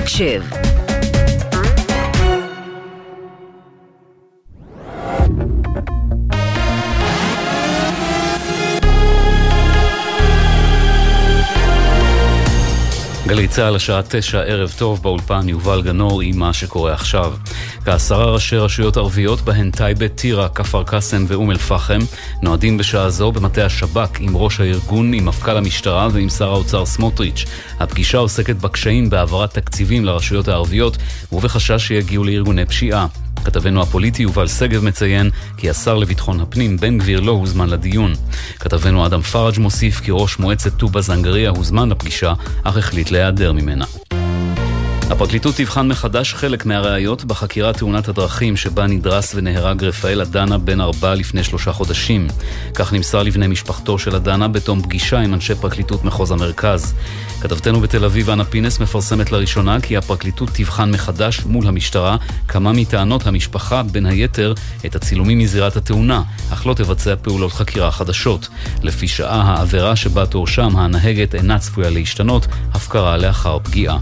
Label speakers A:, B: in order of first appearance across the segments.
A: הקשב.
B: גלי צהל השעה 9, ערב טוב, באולפן יובל גנור עם מה שקורה עכשיו. כ10 ראשי רשויות ערביות בהן טייבה, טירה, כפר קאסם ואום אל פחם נועדים בשעה זו במטה השב"כ עם ראש הארגון, עם מפכ"ל המשטרה ועם שר האוצר סמוטריץ'. הפגישה עוסקת בקשיים בהעברת תקציבים לרשויות הערביות ובחשש שיגיעו לארגוני פשיעה. כתבנו הפוליטי יובל סגב מציין כי השר לביטחון הפנים בן גביר לא הוזמן לדיון. כתבנו אדם פרג' מוסיף כי ראש מועצת טובה זנגריה הוזמן לפגישה אך החליט להיעדר ממנה. הפרקליטות תבחן מחדש חלק מהראיות בחקירת תאונת הדרכים שבה נדרס ונהרג רפאל אדנה בן 4 לפני 3 חודשים. כך נמסר לבני משפחתו של אדנה בתום פגישה עם אנשי פרקליטות מחוז המרכז. כתבתנו בתל אביב אנה פינס מפרסמת לראשונה כי הפרקליטות תבחן מחדש מול המשטרה כמה מטענות המשפחה, בין היתר את הצילומים מזירת התאונה, אך לא תבצע פעולות חקירה חדשות. לפי שעה העבירה שבה תורשם הנהגת אינה צפויה להשתנות, הפקרה לאחר פגיעה.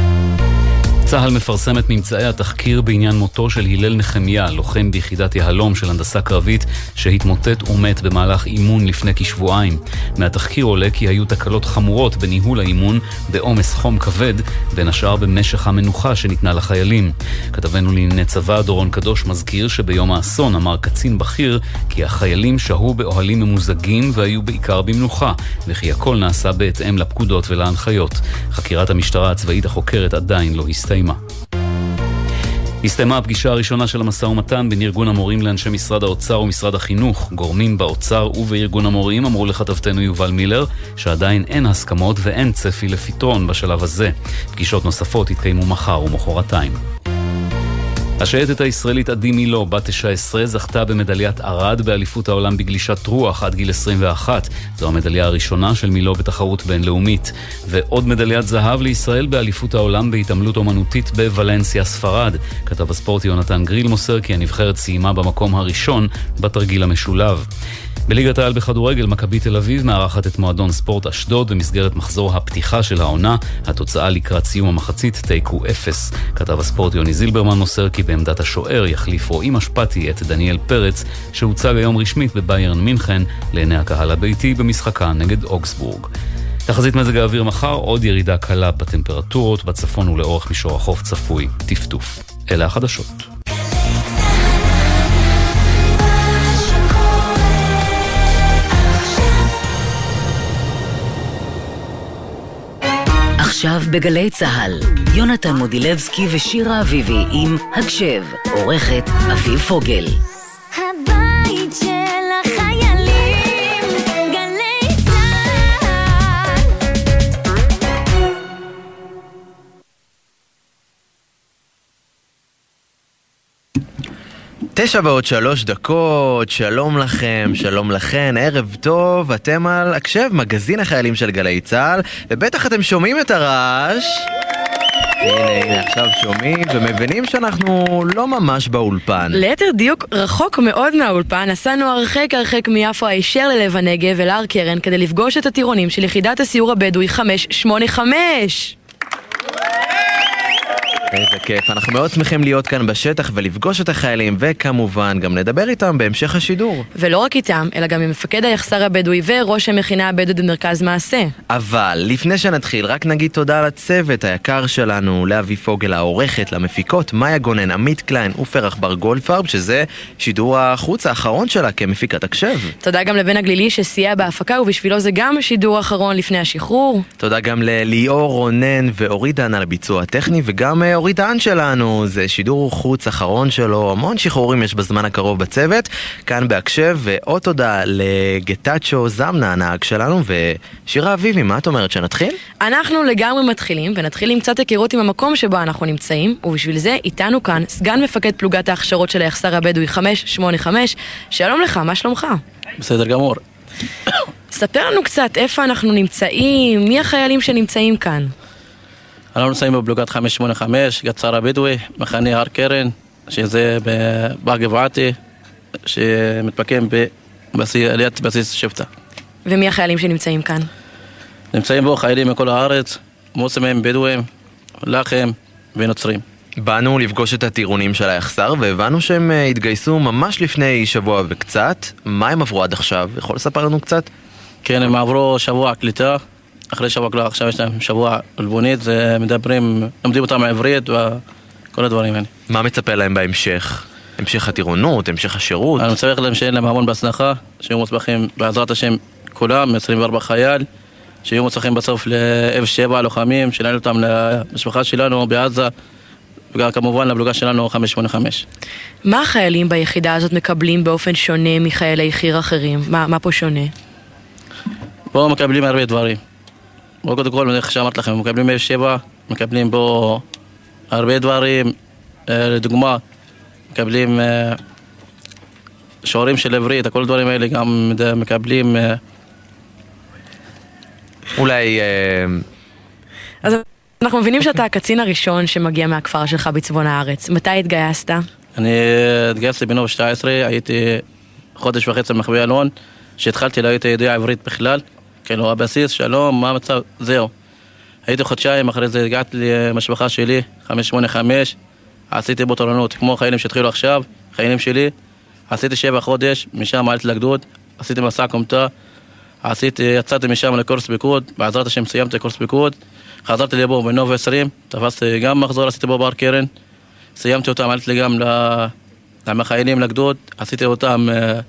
B: צהל מפרסם את ממצאי התחקיר בעניין מותו של הלל נחמיה, לוחם ביחידת יהלום של הנדסה קרבית שהתמוטט ומת במהלך אימון לפני כשבועיים. מהתחקיר עולה כי היו תקלות חמורות בניהול האימון, בעומס חום כבד, בין השאר במשך המנוחה שניתנה לחיילים. כתבנו לענייני צבא דורון קדוש מזכיר שביום האסון אמר קצין בכיר כי החיילים שהו באוהלים ממוזגים והיו בעיקר במנוחה, וכי הכל נעשה בהתאם לפקודות ולהנחיות. חקירת המשטרה הצבאית החוקרת עדיין לא הסתיימה. הסתיימה הפגישה הראשונה של המשא ומתן בין ארגון המורים לאנשי משרד האוצר ומשרד החינוך. גורמים באוצר ובארגון המורים אמרו לכתבתנו יובל מילר שעדיין אין הסכמות ואין צפי לפתרון בשלב הזה. פגישות נוספות יתקיימו מחר ומחרתיים. השייטת הישראלית עדי מילו, בת 19, זכתה במדליית ארד באליפות העולם בגלישת רוח עד גיל 21. זו המדליה הראשונה של מילו בתחרות בינלאומית. ועוד מדליית זהב לישראל באליפות העולם בהתעמלות אומנותית בוולנסיה, ספרד. כתב הספורט יונתן גריל מוסר כי הנבחרת סיימה במקום הראשון בתרגיל המשולב. בליגת העל בכדורגל, מכבי תל אביב מארחת את מועדון ספורט אשדוד במסגרת מחזור הפתיחה של העונה. התוצאה לקראת סיום המחצית תיקו 0. כתב הספורט יוני זילברמן מוסר כי בעמדת השוער יחליף רועי משפטי את דניאל פרץ, שהוצג היום רשמית בביירן מינכן לעיני הקהל הביתי במשחקה נגד אוגסבורג. תחזית מזג האוויר מחר, עוד ירידה קלה בטמפרטורות, בצפון ולאורך מישור החוף צפוי טפטוף. אלה החדשות.
A: עכשיו בגלי צהל, יונתן מודילבסקי ושירה אביבי עם הקשב, עורכת אביב פוגל. הבית של החיילים, גלי צהל.
C: 9:03, שלום לכם, שלום לכן, ערב טוב, אתם על הקשב, מגזין החיילים של גלי צהל, ובטח אתם שומעים את הרעש. הנה, עכשיו שומעים ומבינים שאנחנו לא ממש באולפן.
D: ליתר דיוק, רחוק מאוד מהאולפן, נסענו הרחק מיפו הישר ללב הנגב ולהר קרן כדי לפגוש את הטירונים של יחידת הסיור הבדואי 585.
C: איזה כיף, אנחנו מאוד שמחים להיות כאן בשטח ולפגוש את החיילים, וכמובן גם נדבר איתם בהמשך השידור.
D: ולא רק איתם, אלא גם עם מפקד היחסר הבדואי וראש המכינה הבדואית במרכז מעשה.
C: אבל לפני שנתחיל, רק נגיד תודה לצוות היקר שלנו, לאבי פוגל העורכת, למפיקות מאיה גונן, עמית קליין ופרח בר גולדפרב, שזה שידור החוץ האחרון שלה כמפיקת הקשב.
D: תודה גם לבן הגלילי שסייע בהפקה, ובשבילו זה גם שידור האחרון לפני השחרור.
C: תודה גם לליאור רונן ואורי דן על הביצוע הטכני, וגם אורי דן שלנו, זה שידור חוץ אחרון שלו, המון שחרורים יש בזמן הקרוב בצוות, כאן בהקשב, ועוד תודה לגטאצ'ו זמנה הנהג שלנו, ושירה אביבי, מה את אומרת, שנתחיל?
D: אנחנו לגמרי מתחילים, ונתחיל עם קצת היכרות עם המקום שבו אנחנו נמצאים, ובשביל זה איתנו כאן סגן מפקד פלוגת ההכשרות של היחסר הבדואי 585, שלום לך, מה שלומך?
E: בסדר גמור.
D: ספר לנו קצת איפה אנחנו נמצאים, מי החיילים שנמצאים כאן?
E: אנחנו נמצאים בפלוגת 585, גצר הבדואי, מחנה הר קרן, שזה בגבעתי, שמתפקם ליד בסיס שבטה.
D: ומי החיילים שנמצאים כאן?
E: נמצאים בו חיילים מכל הארץ, מוסלמים, בדואים, לחם, ונוצרים.
C: באנו לפגוש את הטירונים של היחסר, והבנו שהם התגייסו ממש לפני שבוע וקצת. מה הם עברו עד עכשיו? יכול לספר לנו קצת?
E: כן, הם עברו שבוע קליטה, אחרי שבוע קליטה, עכשיו יש להם שבוע אלבונית, זה מדברים, לומדים אותם העברית וכל הדברים האלה.
C: מה מצפה להם בהמשך? המשך הטירונות, המשך השירות?
E: אני מצפה להם שאין להם המון בהצלחה, שיהיו מוצלחים בעזרת השם כולם, 24 חייל, שיהיו מוצלחים בסוף ל-F7 לוחמים, שנעלו אותם למשפחה שלנו בעזה, וגם כמובן לבלוגה שלנו 585.
D: מה החיילים ביחידה הזאת מקבלים באופן שונה מחיילי חי"ר אחרים? מה פה שונה?
E: פה מקבלים הרבה דברים. בואו קודם כל, איך שאמרת לכם, מקבלים F7, מקבלים פה הרבה דברים, לדוגמה, מקבלים שיעורים של עברית, כל הדברים האלה גם מקבלים...
C: אולי...
D: אז אנחנו מבינים שאתה הקצין הראשון שמגיע מהכפר שלך בצפון הארץ. מתי התגייסת?
E: אני התגייסתי בנוב 19, הייתי חודש וחצי במחביא אלון, שהתחלתי להיית ידיעה עברית בכלל, כאילו הבסיס, שלום, מה המצב, זהו. הייתי חודשיים, אחרי זה הגעתי למשפחה שלי, 585, עשיתי בו תורנות, כמו חיילים שהתחילו עכשיו, חיילים שלי, עשיתי 7 חודש, משם עליתי לגדוד, עשיתי מסע קומטה, יצאתי משם לקורס פיקוד, בעזרת השם סיימתי קורס פיקוד, חזרתי לבוא בנוב 20, תפסתי גם מחזור, עשיתי בו בר קרן, סיימתי אותם, עליתי גם לחיילים לגדוד, עשיתי אותם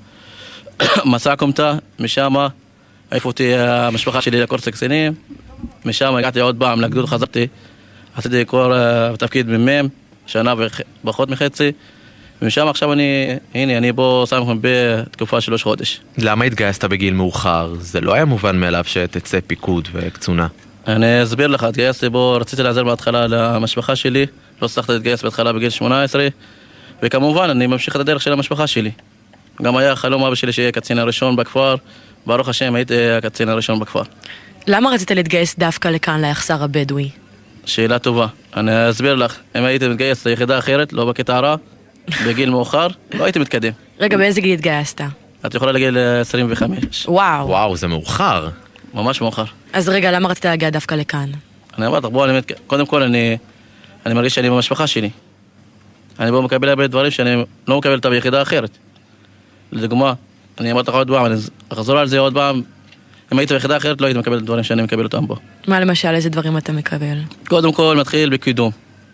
E: מסע קומטה, משם העיפו אותי המשפחה שלי לקורס קצינים, משם הגעתי עוד פעם לגדוד, חזרתי, עשיתי כל תפקיד במ"ם, שנה ופחות מחצי, ומשם עכשיו אני פה שם לכם בתקופה 3 חודש.
C: למה התגייסת בגיל מאוחר? זה לא היה מובן מאליו שתצא פיקוד וקצונה.
E: אני אסביר לך, התגייסתי בו, רציתי לעזר בהתחלה למשפחה שלי, לא הצלחתי להתגייס בהתחלה בגיל 18, וכמובן אני ממשיך את הדרך של המשפחה שלי. גם היה חלום אבא שלי שיהיה הקצין הראשון בכפר, ברוך השם הייתי הקצין הראשון בכפר.
D: למה רצית להתגייס דווקא לכאן, ליחסר הבדואי?
E: שאלה טובה. אני אסביר לך, אם הייתי מתגייס ליחידה אחרת, לא בקטערה, בגיל מאוחר, לא הייתי מתקדם.
D: רגע, באיזה גיל התגייסת?
E: את יכולה להגיע ל-25.
C: וואו, זה מאוחר.
E: ממש מאוחר.
D: אז רגע, למה רצית להגיע דווקא לכאן?
E: אני אמרת, קודם כל אני מרגיש שאני במשפחה שלי. אני בוא מקבל הרבה דברים שאני לא מקבל אותם ביחידה אחרת. לדוגמה, אני אמרת לך עוד פעם, אני אחזור על זה עוד פעם, אם הייתי ביחידה אחרת לא הייתי מקבל את דברים שאני מקבל אותם בו.
D: מה למשל, איזה דברים אתה מקבל?
E: קודם כל מתחיל בקידום.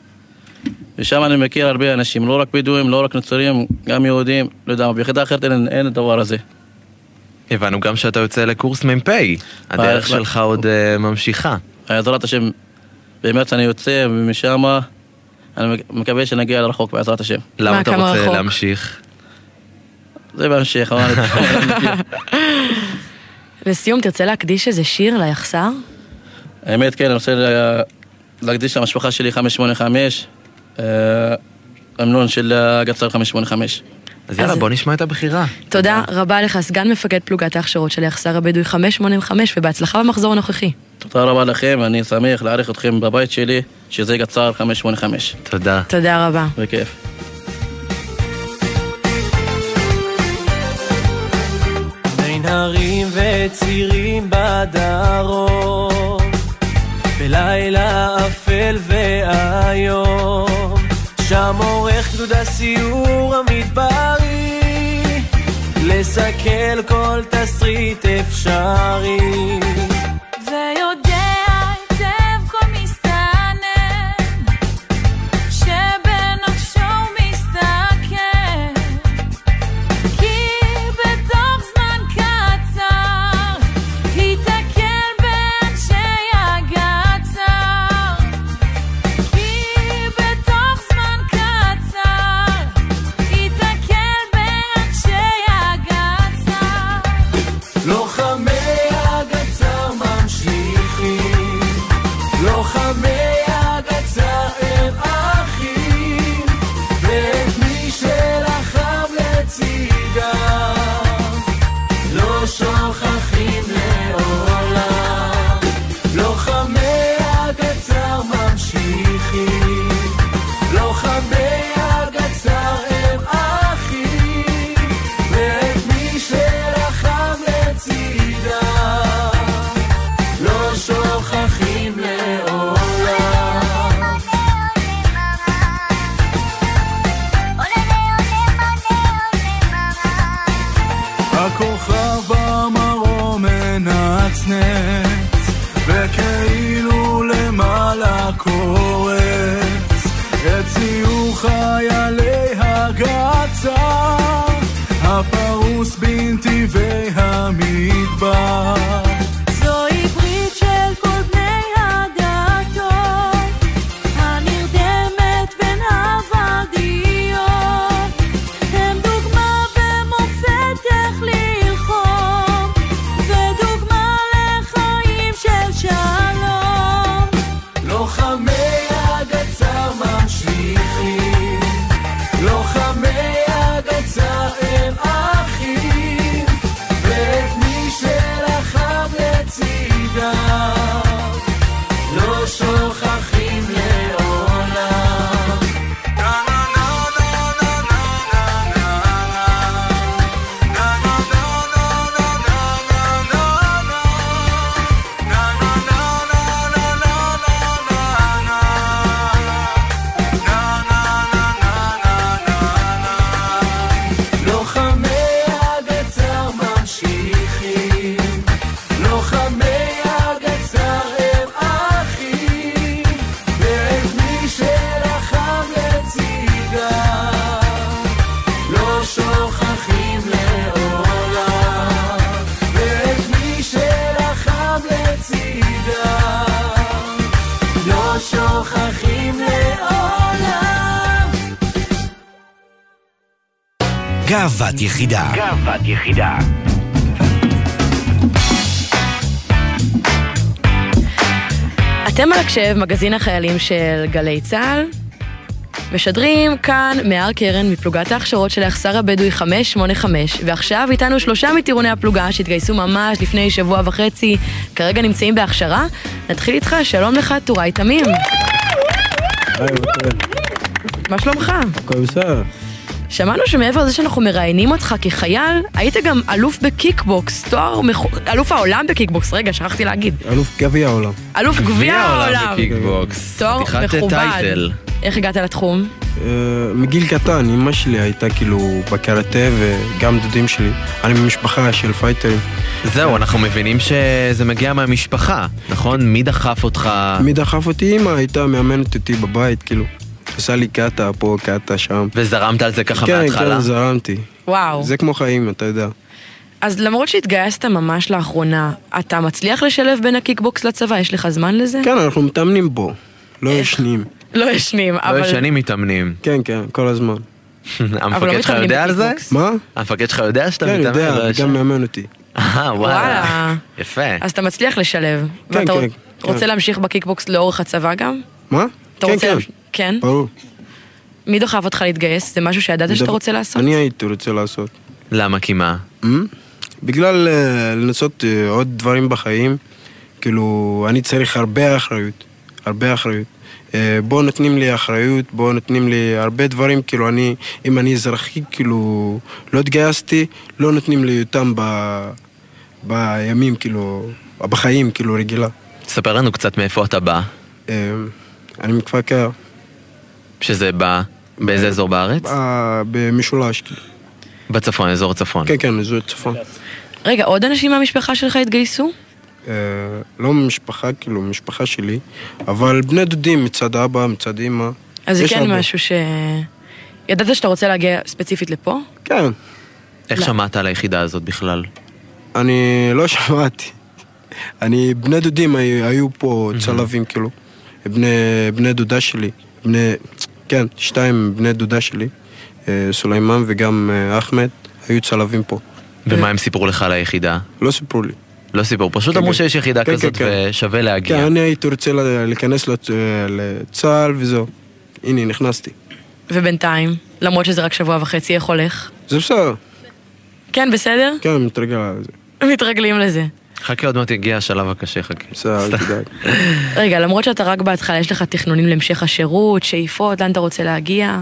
E: ושם אני מכיר הרבה אנשים, לא רק בדואים, לא רק נוצרים, גם יהודים, לא יודע, ביחידה אחרת אין הדבר הזה.
C: הבנו גם שאתה יוצא לקורס מ"פ, הדרך שלך עוד ממשיכה.
E: בעזרת השם, באמת אני יוצא ומשם אני מקווה שנגיע לרחוק בעזרת השם.
C: למה אתה רוצה להמשיך?
E: זה בהמשך.
D: לסיום, תרצה להקדיש איזה שיר ליחסר?
E: האמת כן, אני רוצה להקדיש למשפחה שלי 585, המנון של גצ"ר 585.
C: אז יאללה, בוא נשמע את הבחירה.
D: תודה רבה לך, סגן מפקד פלוגת ההכשרות של היחסר הבדואי 585, ובהצלחה במחזור הנוכחי.
E: תודה רבה לכם, אני שמח להעריך אתכם בבית שלי, שזה גצ"ר 585.
C: תודה.
D: תודה רבה.
E: בכיף.
F: בין הרים וצירים בדרום, בלילה אפל והיום, שם עורך גדוד הסיור המדברי, לסכל כל תסריט אפשרי,
G: ויודע היטב כל מסתנן שבנפשו הוא מסתכן, כי בתוך זמן קצר ייתקל באנשי הגצ"ר, כי בתוך זמן קצר ייתקל באנשי הגצ"ר.
F: לוחמי הגצ"ר
H: טיפוס בנתיבי המדבר.
G: זוהי ברית של כל בני הדתות, הנרדמת בין הוואדיות, הם דוגמה ומופת איך ללחום, ודוגמה לחיים של שלום.
H: לוחמי הגצר ממשיכים, לוחמי הגצר הם אחים, ואת מי שלחם לצידם לא שוכחים לעולם. לוחמי הגצר ממשיכים, לוחמי הגצר הם אחים, ואת מי שלחם לצידם לא שוכחים לעולם, ואת מי שלחם לצידם לא שוכחים לעולם.
I: גאוות יחידה. גאוות יחידה.
D: אתם על הקשב, מגזין החיילים של גלי צה"ל, משדרים כאן מהר קרן מפלוגת ההכשרות של היחסר הבדואי 585, ועכשיו איתנו 3 מטירוני הפלוגה שהתגייסו ממש לפני שבוע וחצי, כרגע נמצאים בהכשרה. נתחיל איתך, שלום לך טוראי תמים. מה שלומך?
J: הכל בסדר.
D: שמענו שמעבר לזה שאנחנו מראיינים אותך כחייל, היית גם אלוף בקיקבוקס, אלוף העולם בקיקבוקס, רגע, שכחתי להגיד.
J: אלוף גביע העולם.
D: אלוף גביע העולם.
C: בקיקבוקס.
D: תואר מכובד. איך הגעת לתחום?
J: מגיל קטן, אמא שלי הייתה כאילו בקראטה וגם דודים שלי. אני ממשפחה של פייטרים.
C: זהו, אנחנו מבינים שזה מגיע מהמשפחה, נכון? מי דחף אותך?
J: מי דחף אותי? אמא הייתה מאמנת אותי בבית, כאילו. עושה לי קאטה פה, קאטה שם.
C: וזרמת על זה ככה
J: כן,
C: מההתחלה?
J: כן, זרמתי.
D: וואו.
J: זה כמו חיים, אתה יודע.
D: אז למרות שהתגייסת ממש לאחרונה, אתה מצליח לשלב בין הקיקבוקס לצבא? יש לך זמן לזה?
J: כן, אנחנו מתאמנים בו. לא ישנים.
D: לא ישנים, אבל...
C: לא ישנים מתאמנים.
J: כן, כן, כל הזמן.
C: המפקד שלך יודע על זה?
J: מה?
C: המפקד שלך יודע שאתה מתאמן?
J: כן, יודע, גם מאמן אותי.
C: וואלה. יפה.
D: אז אתה מצליח לשלב.
J: כן,
D: ואתה
J: כן.
D: רוצה להמשיך בקיקבוקס לאורך הצבא גם?
J: מה? כן, כן.
D: כן?
J: ברור.
D: מי דוחף אותך להתגייס? זה משהו שידעת שאתה רוצה לעשות?
J: אני הייתי רוצה לעשות.
C: למה? כי מה?
J: בגלל לנסות עוד דברים בחיים, כאילו, אני צריך הרבה אחריות. הרבה אחריות. בואו נותנים לי אחריות, בואו נותנים לי הרבה דברים, כאילו, אם אני אזרחי, כאילו, לא התגייסתי, לא נותנים לי אותם בימים, כאילו, בחיים, כאילו, רגילה.
C: ספר לנו קצת מאיפה אתה בא.
J: אני מכפר קרע.
C: שזה בא באיזה אזור בארץ?
J: במשולש, כאילו.
C: בצפון, אזור הצפון.
J: כן, כן, אזור הצפון.
D: רגע, עוד אנשים מהמשפחה שלך התגייסו?
J: לא משפחה, כאילו, משפחה שלי, אבל בני דודים מצד אבא, מצד אמא.
D: אז זה כן משהו ש... ידעת שאתה רוצה להגיע ספציפית לפה?
J: כן.
C: איך שמעת על היחידה הזאת בכלל?
J: אני לא שמעתי. בני דודים היו פה צלבים, כאילו. בני דודה שלי. כן, 2 בני דודה שלי. סוליימן וגם אחמד היו צלבים פה.
C: ומה הם סיפרו לך על היחידה?
J: לא סיפרו לי.
C: לא סיפור, פשוט אמרו שיש יחידה כזאת ושווה להגיע.
J: כן, אני הייתי רוצה להיכנס לצה"ל וזהו. הנה, נכנסתי.
D: ובינתיים, למרות שזה רק שבוע וחצי, איך הולך?
J: זה בסדר.
D: כן, בסדר?
J: כן, מתרגל לזה.
D: מתרגלים לזה.
C: חכה, עוד מעט יגיע השלב הקשה, חכה.
J: בסדר, אל תדאג.
D: רגע, למרות שאתה רק בהתחלה, יש לך תכנונים להמשך השירות, שאיפות, לאן אתה רוצה להגיע?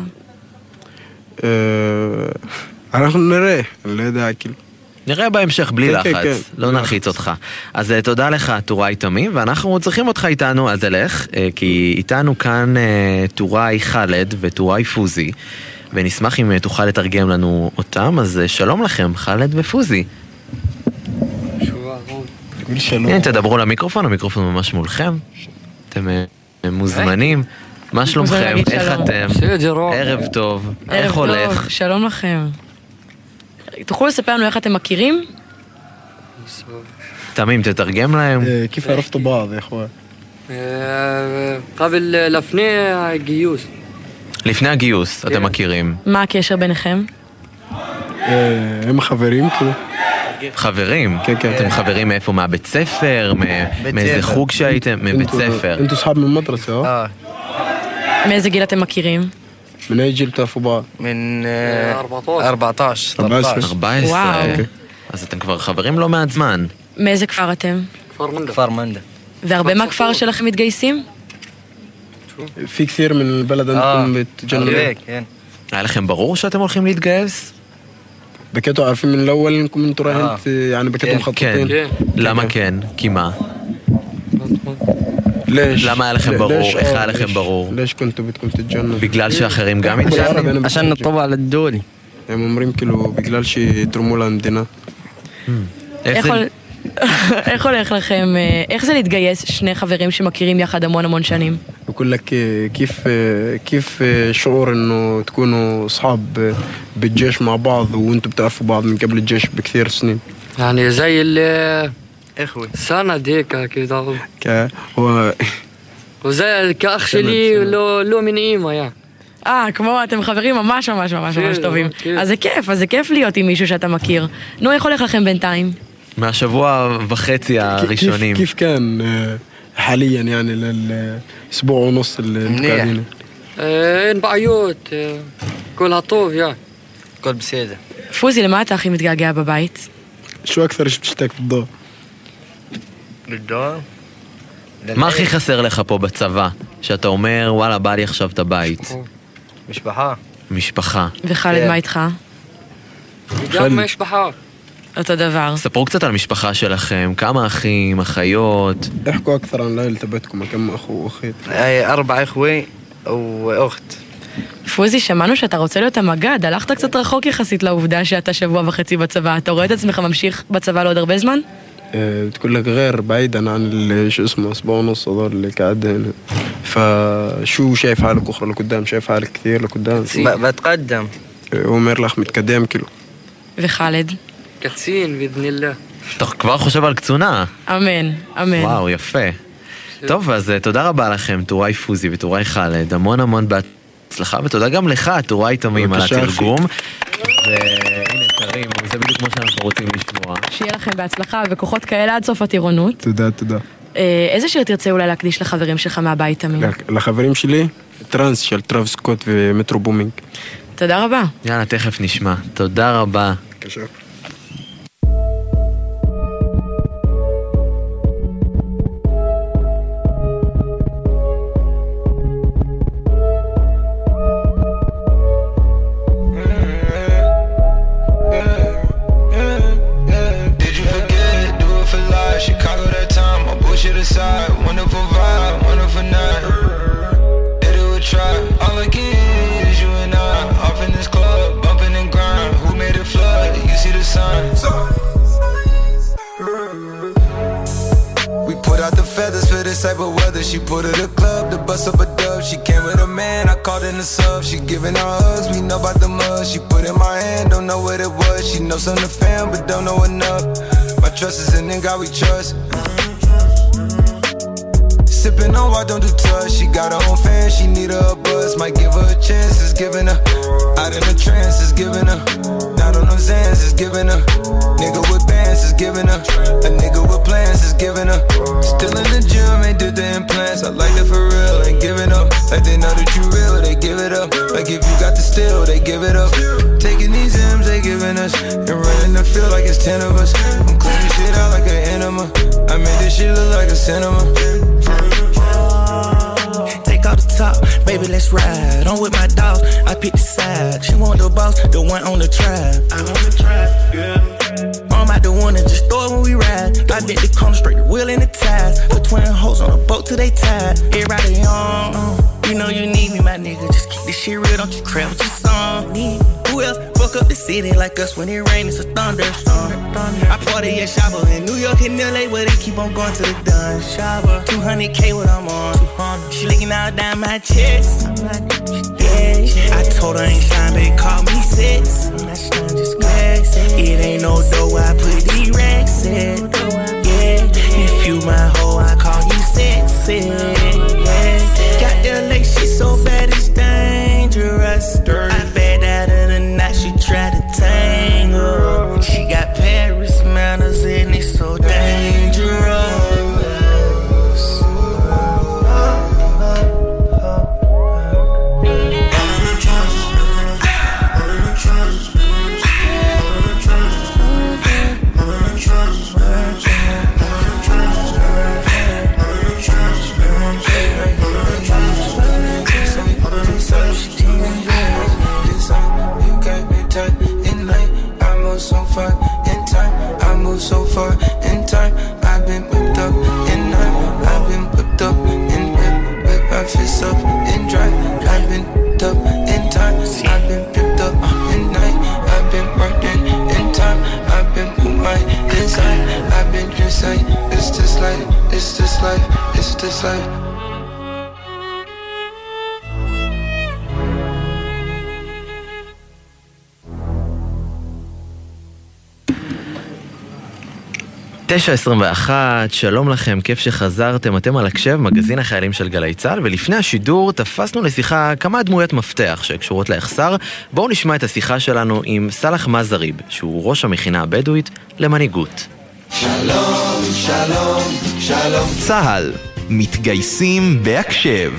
J: אנחנו נראה, אני לא יודע, כאילו.
C: נראה בהמשך בלי לחץ, לא נלחיץ אותך. אז תודה לך, טוראי תמים, ואנחנו צריכים אותך איתנו, אז תלך, כי איתנו כאן טוראי חלד וטוראי פוזי, ונשמח אם תוכל לתרגם לנו אותם, אז שלום לכם, חלד ופוזי. הנה, תדברו למיקרופון, המיקרופון ממש מולכם. אתם מוזמנים. מה שלומכם? איך אתם? ערב טוב. איך הולך?
D: שלום לכם. תוכלו לספר לנו איך אתם מכירים?
C: תמים, תתרגם להם.
J: كيف عرفتوا بعض يا اخوان
K: قبل לפני הגיוס.
C: לפני הגיוס, אתם מכירים.
D: מה הקשר ביניכם?
J: הם חברים כאילו.
C: חברים?
J: כן, כן.
C: אתם חברים מאיפה? מהבית ספר? מאיזה חוג שהייתם? מבית ספר.
J: انتوا صحاب من المدرسة اه
D: מאיזה גיל אתם מכירים?
J: من اي جيل بتعرفوا بعض
K: من 14.
C: 14.
D: וואו.
C: אז אתם כבר חברים לא מעט זמן.
D: מאיזה כפר אתם?
K: כפר מנדה.
D: והרבה מהכפר שלכם מתגייסים?
J: في كثير من البلد عندكم بتجنبوا
K: כן.
C: היה לכם ברור שאתם הולכים להתגייס?
J: بكيتوا عارفين من الاول انكم انتوا رايحين يعني بكيتوا مخططين
C: כן. למה כן? כי מה?
J: ليش
C: למה היה לכם ברור? איך היה לכם ברור?
J: ليش كنتوا بدكم تتجنبوا
C: בגלל שאחרים גם התגייסים?
K: عشان نطبع للدولي.
J: הם אומרים כאילו בגלל שיתרמו למדינה.
D: איך הולך לכם, איך זה להתגייס שני חברים שמכירים יחד המון שנים?
J: بقول لك كيف شعور انه تكونوا اصحاب بالجيش مع بعض وانتم بتعرفوا بعض من قبل الجيش بكثير سنين.
K: يعني زي اخوي سند هيك كده
J: هو
K: وزي كأخ שלי לא من אימא يعني.
D: כמו אתם חברים ממש טובים. אז זה כיף להיות עם מישהו שאתה מכיר. נו, איך הולך לכם בינתיים?
C: מהשבוע וחצי הראשונים.
J: كيف كان حاليا يعني للاسبوع ونص المقعدين
K: אין בעיות, كلها טוב يعني.
E: הכל בסדר.
D: פוזי, למה אתה הכי מתגעגע בבית?
J: شو اكثر شيء بتشتاق للدار؟
E: ללדור?
C: מה הכי חסר לך פה בצבא? שאתה אומר, וואלה, בא לי עכשיו את הבית.
E: משפחה.
C: משפחה.
D: וחלד, מה איתך?
K: גם משפחה.
D: אותו דבר.
C: ספרו קצת על המשפחה שלכם, כמה אחים, אחיות.
J: احكوا اكثر عن العائله تبعتكم كم اخو واخت
E: 4 אחווי ואוכת.
D: פוזי, שמענו שאתה רוצה להיות המג"ד, הלכת קצת רחוק יחסית לעובדה שאתה שבוע וחצי בצבא. אתה רואה את עצמך ממשיך בצבא לעוד הרבה זמן?
J: بتقول لك غير بعيدا عن شو اسمه اسبوع ونص هذول اللي قاعد هنا فشو شايف حالك اخرى لقدام شايف حالك كثير لقدام
E: بتقدم
J: אומר לך מתקדם כאילו.
D: וחלד?
K: קצין באדן אללה.
C: אתה כבר חושב על קצונה?
D: אמן.
C: וואו, יפה. טוב, אז תודה רבה לכם, טוראי פוזי וטוראי חלד, המון בהצלחה, ותודה גם לך, טוראי תמים, על התרגום. והנה, קרים, זה בדיוק כמו שאנחנו רוצים לשמוע.
D: שיהיה לכם בהצלחה וכוחות כאלה עד סוף הטירונות.
J: תודה.
D: איזה שיר תרצה אולי להקדיש לחברים שלך מהבית תמים?
J: לחברים שלי, טרנס של טרוויס סקוט ומטרו בומינג.
D: תודה רבה.
C: יאללה, תכף נשמע. תודה רבה.
J: בבקשה.
H: Type of weather, she put her to club to bust up a dub. She came with a man, I called in the sub. She giving her hugs, we know about the mud. She put in my hand, don't know what it was. She knows some of the fam, but don't know enough. My trust is in God we trust. Sipping on why don't do touch. She got her own fan, she need her a buzz. Might give her a chance, it's giving her. Out in the trance, it's giving her. Not on them Zans, it's giving her. Nigga with bands, it's giving her. A nigga with plans, it's giving her. Still in the gym, ain't did the implants. I like it for real, ain't giving up. Like they know that you real, they give it up. Like if you got the steal, they give it up. Taking these M's, they giving us. And running the field like it's 10 of us. I'm cleaning shit out like an enema. I made this shit look like a cinema.
L: Take off the top, baby, let's ride. I'm with my dog, I pick the side. She want the boss, the one on the trap. I on the trap, yeah. I'm out the one and just throw it when we ride. I bet the corner straight, the wheel in the ties. Put twin hoes on a boat till they tied. Everybody on, you know you need me, my nigga. Just keep this shit real, don't you crap with your song. Who else fuck up the city like us when it rain, it's a thunderstorm. I party at Shabba in New York and LA where they keep on going to the dun. Shabba, 200K what I'm on. She licking out down my chest. Yeah, I told her I ain't fine, baby, call me six. That's not just grass. It ain't no dough, I put these racks in. Yeah, if you my hoe, I call you sexy. Yeah, got that lace, she so bad it's dangerous. I bet out of the night she try to tangle. She got Paris manners and it's so dangerous.
H: So far in time, I move so far in time. I've been whipped up in night, I've been whipped up in whip my fists up in drive. I've been whipped up in time, I've been whipped up in night. I've been working in time, I've been with my inside. I've been just like, it's just life, it's just life, it's just life.
C: תשע 21, שלום לכם, כיף שחזרתם, אתם על הקשב, מגזין החיילים של גלי צה"ל, ולפני השידור תפסנו לשיחה כמה דמויות מפתח שקשורות ליחסר. בואו נשמע את השיחה שלנו עם סלח מזריב, שהוא ראש המכינה הבדואית למנהיגות.
H: שלום, שלום, שלום.
I: צה"ל, מתגייסים בהקשב.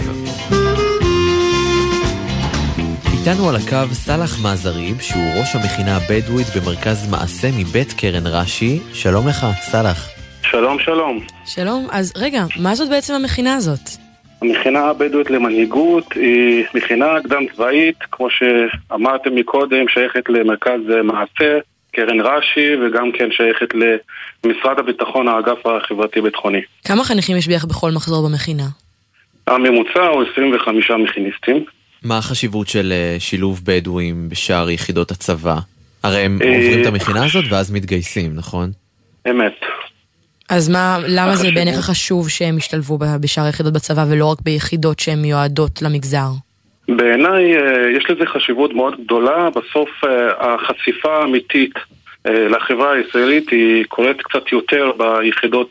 C: איתנו על הקו סלח מזריב, שהוא ראש המכינה הבדואית במרכז מעשה מבית קרן רש"י. שלום לך, סלח.
M: שלום, שלום.
D: שלום, אז רגע, מה זאת בעצם המכינה הזאת?
M: המכינה הבדואית למנהיגות היא מכינה קדם צבאית, כמו שאמרתם מקודם, שייכת למרכז מעשה, קרן רש"י, וגם כן שייכת למשרד הביטחון, האגף החברתי-ביטחוני.
D: כמה חניכים יש בערך בכל מחזור במכינה?
M: הממוצע הוא 25 מכיניסטים.
C: מה החשיבות של שילוב בדואים בשאר יחידות הצבא? הרי הם עוברים את המכינה הזאת ואז מתגייסים, נכון?
M: אמת.
D: אז למה זה בעיניך חשוב שהם ישתלבו בשאר היחידות בצבא ולא רק ביחידות שהן מיועדות למגזר?
M: בעיניי יש לזה חשיבות מאוד גדולה. בסוף החשיפה האמיתית לחברה הישראלית היא קורית קצת יותר ביחידות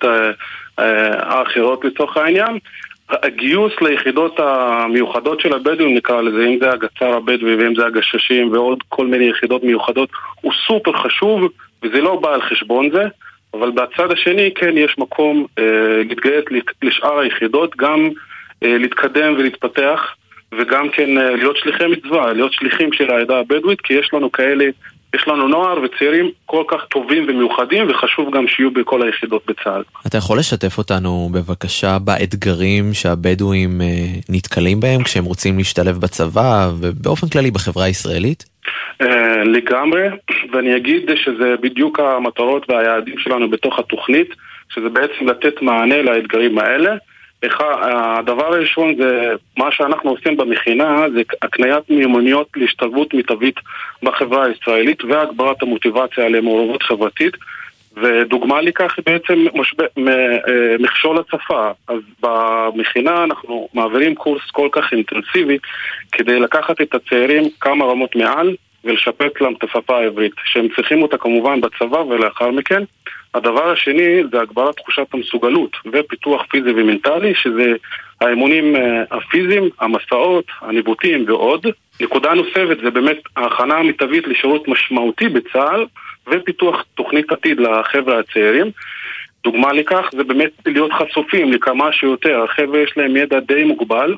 M: האחרות לצורך העניין. הגיוס ליחידות המיוחדות של הבדואים, נקרא לזה, אם זה הגצר הבדואי ואם זה הגששים ועוד כל מיני יחידות מיוחדות, הוא סופר חשוב, וזה לא בא על חשבון זה, אבל בצד השני כן יש מקום להתגייס לשאר היחידות, גם להתקדם ולהתפתח, וגם כן להיות שליחי מצווה, להיות שליחים של העדה הבדואית, כי יש לנו כאלה, יש לנו נוער וצעירים כל כך טובים ומיוחדים, וחשוב גם שיהיו בכל היחידות בצה"ל.
C: אתה יכול לשתף אותנו בבקשה באתגרים שהבדואים נתקלים בהם כשהם רוצים להשתלב בצבא ובאופן כללי בחברה הישראלית?
M: לגמרי, ואני אגיד שזה בדיוק המטרות והיעדים שלנו בתוך התוכנית, שזה בעצם לתת מענה לאתגרים האלה. הדבר הראשון זה מה שאנחנו עושים במכינה, זה הקניית מיומנויות להשתלבות מיטבית בחברה הישראלית והגברת המוטיבציה למעורבות חברתית, ודוגמה לכך היא בעצם מכשול השפה. אז במכינה אנחנו מעבירים קורס כל כך אינטנסיבי כדי לקחת את הצעירים כמה רמות מעל ולשפץ להם את השפה העברית, שהם צריכים אותה כמובן בצבא ולאחר מכן. הדבר השני זה הגברת תחושת המסוגלות ופיתוח פיזי ומנטלי, שזה האימונים הפיזיים, המסעות, הניווטים ועוד. נקודה נוספת זה באמת ההכנה המיטבית לשירות משמעותי בצה"ל ופיתוח תוכנית עתיד לחבר'ה הצעירים. דוגמה לכך זה באמת להיות חשופים לכמה שיותר. החבר'ה יש להם ידע די מוגבל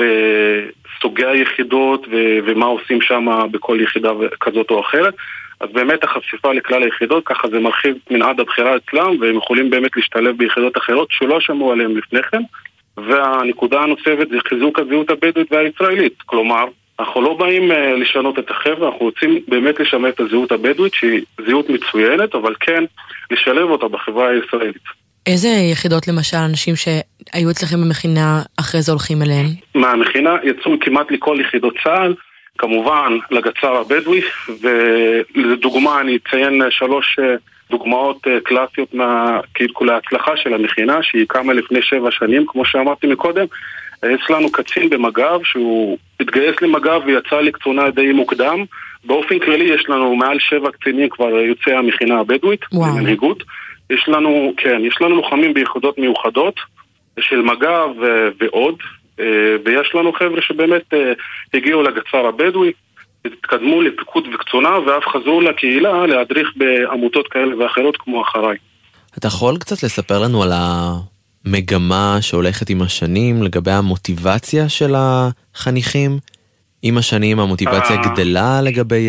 M: בסוגי היחידות ומה עושים שם בכל יחידה כזאת או אחרת. אז באמת החשיפה לכלל היחידות, ככה זה מרחיב מנעד הבחירה אצלם, והם יכולים באמת להשתלב ביחידות אחרות שלא שמעו עליהם לפני כן. והנקודה הנוספת זה חיזוק הזהות הבדואית והישראלית. כלומר, אנחנו לא באים לשנות את החברה, אנחנו רוצים באמת לשמר את הזהות הבדואית, שהיא זהות מצוינת, אבל כן לשלב אותה בחברה הישראלית.
D: איזה יחידות למשל אנשים שהיו אצלכם במכינה אחרי זה הולכים אליהן?
M: מהמכינה יצאו כמעט לכל יחידות צה"ל, כמובן לגצר הבדואי, ולדוגמה אני אציין 3 דוגמאות קלאסיות להצלחה של המכינה, שהיא קמה לפני 7 שנים, כמו שאמרתי מקודם. יש לנו קצין במג"ב שהוא התגייס למג"ב ויצא לקצונה די מוקדם. באופן כללי יש לנו מעל 7 קצינים כבר יוצאי המכינה הבדואית במנהיגות. יש לנו לוחמים ביחידות מיוחדות של מג"ב ועוד, ויש לנו חבר'ה שבאמת הגיעו לגצר הבדואי, התקדמו לפיקוד וקצונה ואף חזרו לקהילה להדריך בעמותות כאלה ואחרות כמו אחריי.
C: אתה יכול קצת לספר לנו על המגמה שהולכת עם השנים לגבי המוטיבציה של החניכים? עם השנים המוטיבציה גדלה לגבי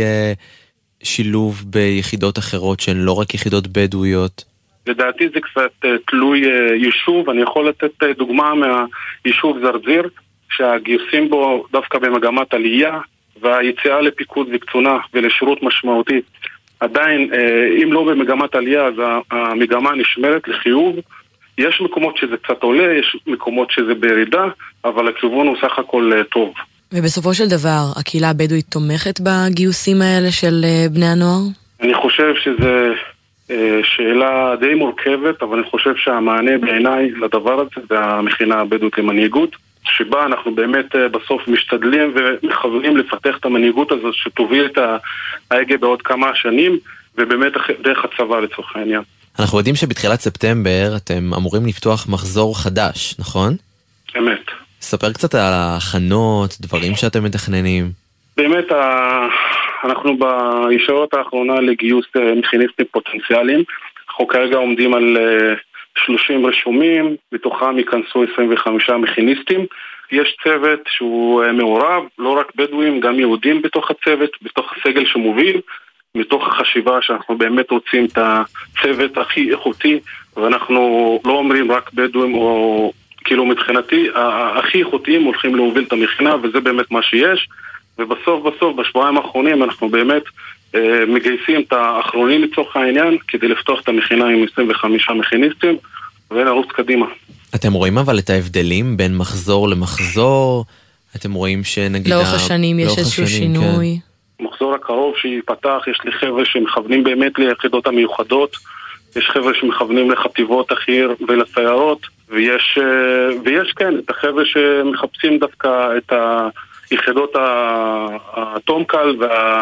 C: שילוב ביחידות אחרות שהן לא רק יחידות בדואיות?
M: לדעתי זה קצת תלוי יישוב. אני יכול לתת דוגמה מהיישוב זרזיר, שהגיוסים בו דווקא במגמת עלייה, והיציאה לפיקוד וקצונה ולשירות משמעותי. עדיין, אם לא במגמת עלייה, אז המגמה נשמרת לחיוב. יש מקומות שזה קצת עולה, יש מקומות שזה בירידה, אבל הכיוון הוא סך הכל טוב.
D: ובסופו של דבר, הקהילה הבדואית תומכת בגיוסים האלה של בני הנוער?
M: אני חושב שזה שאלה די מורכבת, אבל אני חושב שהמענה בעיניי לדבר הזה זה המכינה הבדואית למנהיגות, שבה אנחנו באמת בסוף משתדלים ומכוונים לפתח את המנהיגות הזאת שתוביל את ההגה בעוד כמה שנים, ובאמת דרך הצבא לצורך העניין.
C: אנחנו יודעים שבתחילת ספטמבר אתם אמורים לפתוח מחזור חדש, נכון?
M: אמת.
C: ספר קצת על ההכנות, דברים שאתם מתכננים.
M: באמת אנחנו בישורת האחרונה לגיוס מכיניסטים פוטנציאליים. אנחנו כרגע עומדים על 30 רשומים, בתוכם ייכנסו 25 מכיניסטים. יש צוות שהוא מעורב, לא רק בדואים, גם יהודים בתוך הצוות, בתוך הסגל שמוביל, מתוך החשיבה שאנחנו באמת רוצים את הצוות הכי איכותי, ואנחנו לא אומרים רק בדואים או כאילו מבחינתי, הכי איכותיים הולכים להוביל את המכינה, וזה באמת מה שיש. ובסוף, בשבועיים האחרונים, אנחנו באמת מגייסים את האחרונים לצורך העניין, כדי לפתוח את המכינה עם 25 מכיניסטים, ונרוץ קדימה.
C: אתם רואים אבל את ההבדלים בין מחזור למחזור? אתם רואים שנגיד...
D: לאורך השנים יש איזשהו שינוי?
M: כן. מחזור הקרוב שיפתח, יש לי חבר'ה שמכוונים באמת ליחידות המיוחדות, יש חבר'ה שמכוונים לחטיבות החי"ר ולסיירות, ויש כן, את החבר'ה שמחפשים דווקא את היחידות הטומקל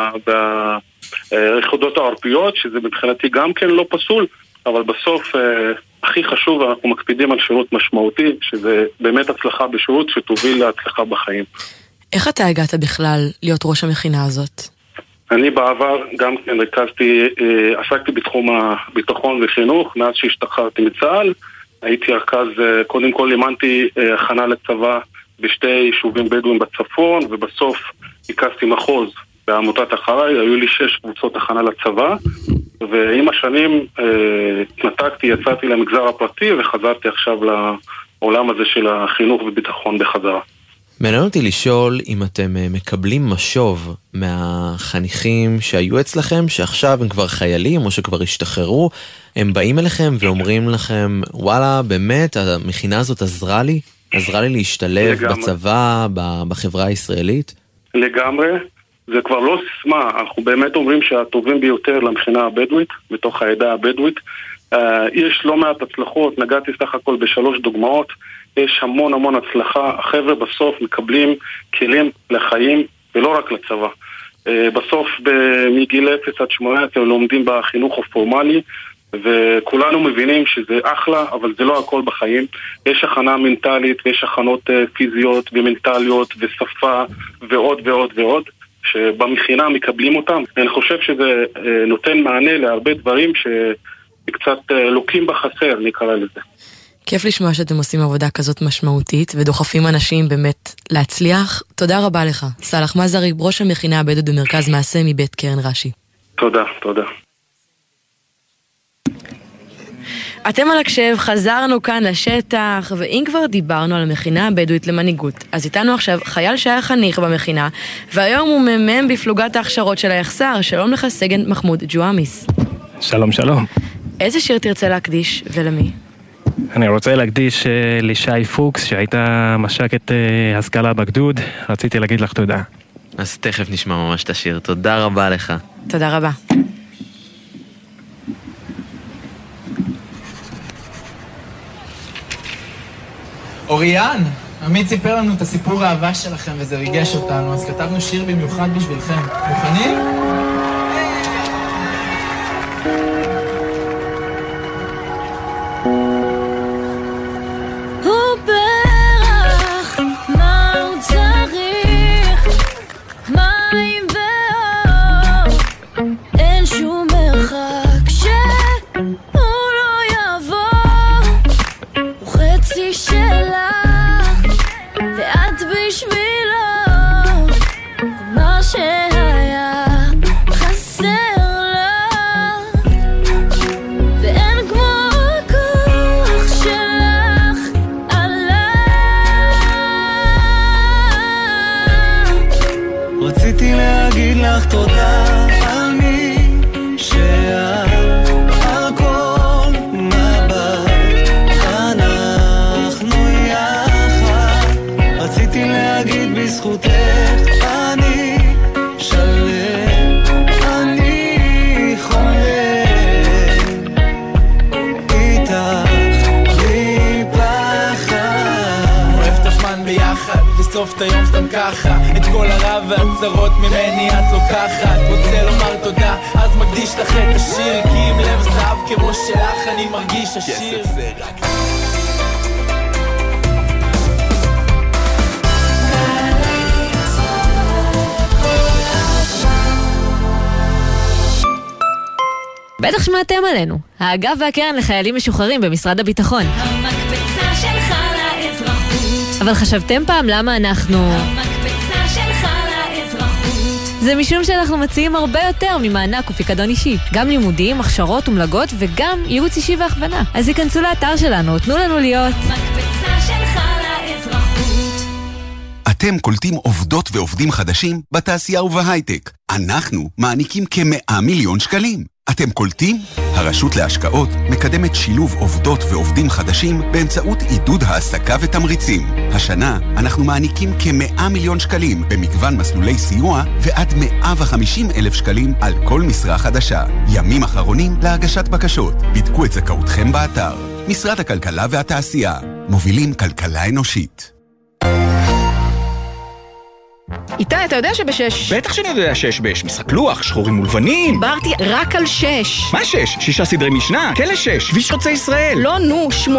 M: והיחידות העורפיות, שזה מבחינתי גם כן לא פסול, אבל בסוף הכי חשוב, אנחנו מקפידים על שירות משמעותי, שזה באמת הצלחה בשירות שתוביל להצלחה בחיים.
D: איך אתה הגעת בכלל להיות ראש המכינה הזאת?
M: אני בעבר גם כן עסקתי בתחום הביטחון וחינוך, מאז שהשתחררתי מצה"ל, הייתי רכז, קודם כל לימנתי הכנה לצבא בשתי יישובים בדואים בצפון, ובסוף הקזתי מחוז בעמותת אחריי, היו לי 6 קבוצות הכנה לצבא, ועם השנים התנתקתי, יצאתי למגזר הפרטי, וחזרתי עכשיו לעולם הזה של החינוך וביטחון בחזרה.
C: מעניין אותי לשאול אם אתם מקבלים משוב מהחניכים שהיו אצלכם, שעכשיו הם כבר חיילים או שכבר השתחררו, הם באים אליכם ואומרים לכם, וואלה, באמת, המכינה הזאת עזרה לי להשתלב בצבא, בחברה הישראלית?
M: לגמרי, זה כבר לא סיסמה, אנחנו באמת אומרים שהטובים ביותר למכינה הבדואית, בתוך העדה הבדואית, יש לא מעט הצלחות, נגעתי סך הכל ב3 דוגמאות, יש המון הצלחה, החבר'ה בסוף מקבלים כלים לחיים ולא רק לצבא. בסוף מגיל 0 עד 18 לומדים בחינוך הפורמלי, וכולנו מבינים שזה אחלה, אבל זה לא הכל בחיים. יש הכנה מנטלית ויש הכנות פיזיות ומנטליות ושפה ועוד ועוד ועוד, שבמכינה מקבלים אותם. אני חושב שזה נותן מענה להרבה דברים שקצת לוקים בחסר, נקרא לזה.
D: כיף לשמוע שאתם עושים עבודה כזאת משמעותית ודוחפים אנשים באמת להצליח. תודה רבה לך. סלח מזרי, ראש המכינה הבדואית במרכז מעשה מבית קרן רש"י.
M: תודה.
D: אתם על הקשב, חזרנו כאן לשטח, ואם כבר דיברנו על המכינה הבדואית למנהיגות, אז איתנו עכשיו חייל שהיה חניך במכינה, והיום הוא ממם בפלוגת ההכשרות של היחסר. שלום לך סגן מחמוד ג'ואמיס.
N: שלום.
D: איזה שיר תרצה להקדיש ולמי?
N: אני רוצה להקדיש לשי פוקס, שהייתה מש"קת השכלה בגדוד. רציתי להגיד לך תודה.
C: אז תכף נשמע ממש את השיר. תודה רבה לך.
D: תודה רבה.
O: אוריאן, עמית סיפר לנו את הסיפור האהבה שלכם וזה ריגש אותנו, אז כתבנו שיר במיוחד בשבילכם. מוכנים?
P: בסוף את היום סתם ככה, את כל הרע והצרות ממני את לוקחת. רוצה לומר תודה, אז מקדיש לך את השיר, כי עם לב זהב כמו שלך אני מרגיש עשיר.
Q: בטח שמעתם עלינו, האגף והקרן לחיילים משוחררים במשרד הביטחון.
G: המקפצה שלך לאזרחות.
Q: אבל חשבתם פעם למה אנחנו...
G: המקפצה שלך לאזרחות.
Q: זה משום שאנחנו מציעים הרבה יותר ממענק ופיקדון אישי. גם לימודים, הכשרות ומלגות וגם ייעוץ אישי והכוונה. אז היכנסו לאתר שלנו, תנו לנו להיות...
G: המקפצה שלך לאזרחות.
R: אתם קולטים עובדות ועובדים חדשים בתעשייה ובהייטק. אנחנו מעניקים כ100 מיליון שקלים. אתם קולטים? הרשות להשקעות מקדמת שילוב עובדות ועובדים חדשים באמצעות עידוד העסקה ותמריצים. השנה אנחנו מעניקים כ100 מיליון שקלים במגוון מסלולי סיוע ועד 150,000 שקלים על כל משרה חדשה. ימים אחרונים להגשת בקשות. בדקו את זכאותכם באתר. משרד הכלכלה והתעשייה. מובילים כלכלה אנושית.
S: איתי, אתה יודע שבשש?
T: בטח שאני יודע שיש בש. משחק לוח, שחורים ולבנים.
S: דיברתי רק על 6.
T: מה 6? 6 סדרי משנה, כלא 6, כביש חוצה ישראל.
S: לא, נו, 18:00.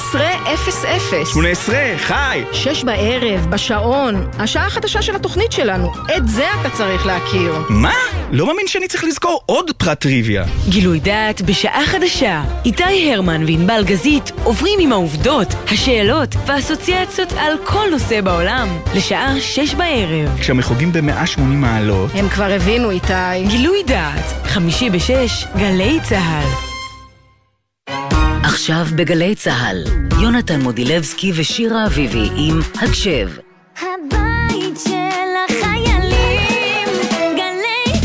T: 18, חי.
S: 6 בערב, בשעון. השעה החדשה של התוכנית שלנו. את זה אתה צריך להכיר.
T: מה? לא מאמין שאני צריך לזכור עוד פרט טריוויה.
U: גילוי דעת בשעה חדשה. איתי הרמן וענבל גזית עוברים עם העובדות, השאלות והאסוציאציות על כל נושא בעולם. לשעה 6 בערב.
T: כשמחוגים ב180 מעלות.
S: הם כבר הבינו, איתי.
U: גילוי דעת, 5/6, גלי צהל.
A: עכשיו בגלי צהל, יונתן מודילבסקי ושירה אביבי עם הקשב.
G: הבית של החיילים, גלי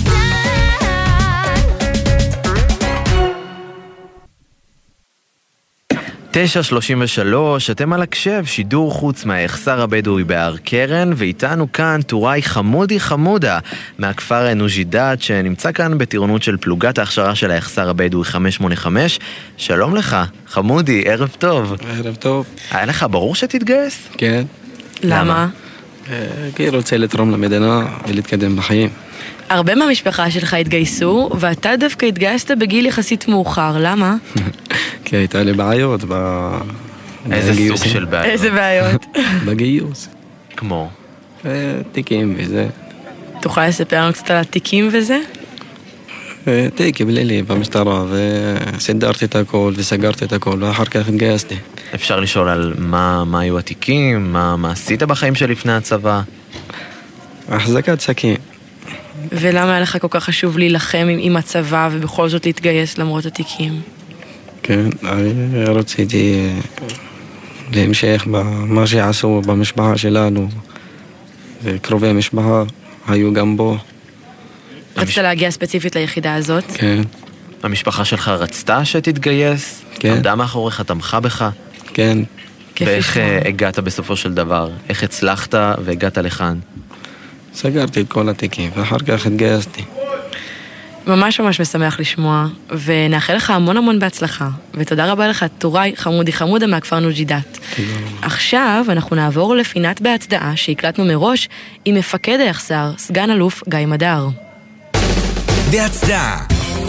G: צהל.
C: 9:33, אתם על הקשב, שידור חוץ מהיחסר הבדואי בהר קרן, ואיתנו כאן טוראי חמודי חמודה מהכפר נוג'ידאת, שנמצא כאן בטירונות של פלוגת ההכשרה של היחסר הבדואי 585. שלום לך, חמודי, ערב טוב.
J: ערב טוב.
C: היה לך ברור שתתגייס?
J: כן.
U: למה?
J: כי רוצה לתרום למדינה ולהתקדם בחיים.
D: הרבה מהמשפחה שלך התגייסו, ואתה דווקא התגייסת בגיל יחסית מאוחר, למה?
J: כי הייתה לי בעיות
C: איזה סוג של בעיות?
D: איזה בעיות?
J: בגיוס.
C: כמו?
J: תיקים וזה.
D: תוכל לספר לנו קצת על התיקים וזה?
J: תיק בלילי במשטרה, וסידרתי את הכל וסגרתי את הכל, ואחר כך התגייסתי.
C: אפשר לשאול על מה היו התיקים? מה עשית בחיים שלפני הצבא?
J: החזקת סכין.
D: ולמה היה לך כל כך חשוב להילחם עם הצבא ובכל זאת להתגייס למרות התיקים?
J: כן, רציתי להמשך במה שעשו במשפחה שלנו, וקרובי משפחה היו גם בו.
D: רצית להגיע ספציפית ליחידה הזאת?
J: כן.
C: המשפחה שלך רצתה שתתגייס?
J: כן.
C: עמדה מאחוריך, תמכה בך?
J: כן.
C: ואיך הגעת בסופו של דבר? איך הצלחת והגעת לכאן?
J: סגרתי את כל התיקים, ואחר כך התגייסתי.
D: ממש ממש משמח לשמוע, ונאחל לך המון המון בהצלחה. ותודה רבה לך, טוראי חמודי חמודה מהכפר נוג'ידת. עכשיו אנחנו נעבור לפינת בהצדעה שהקלטנו מראש עם מפקד היחסר, סגן אלוף גיא מדר.
I: בהצדעה.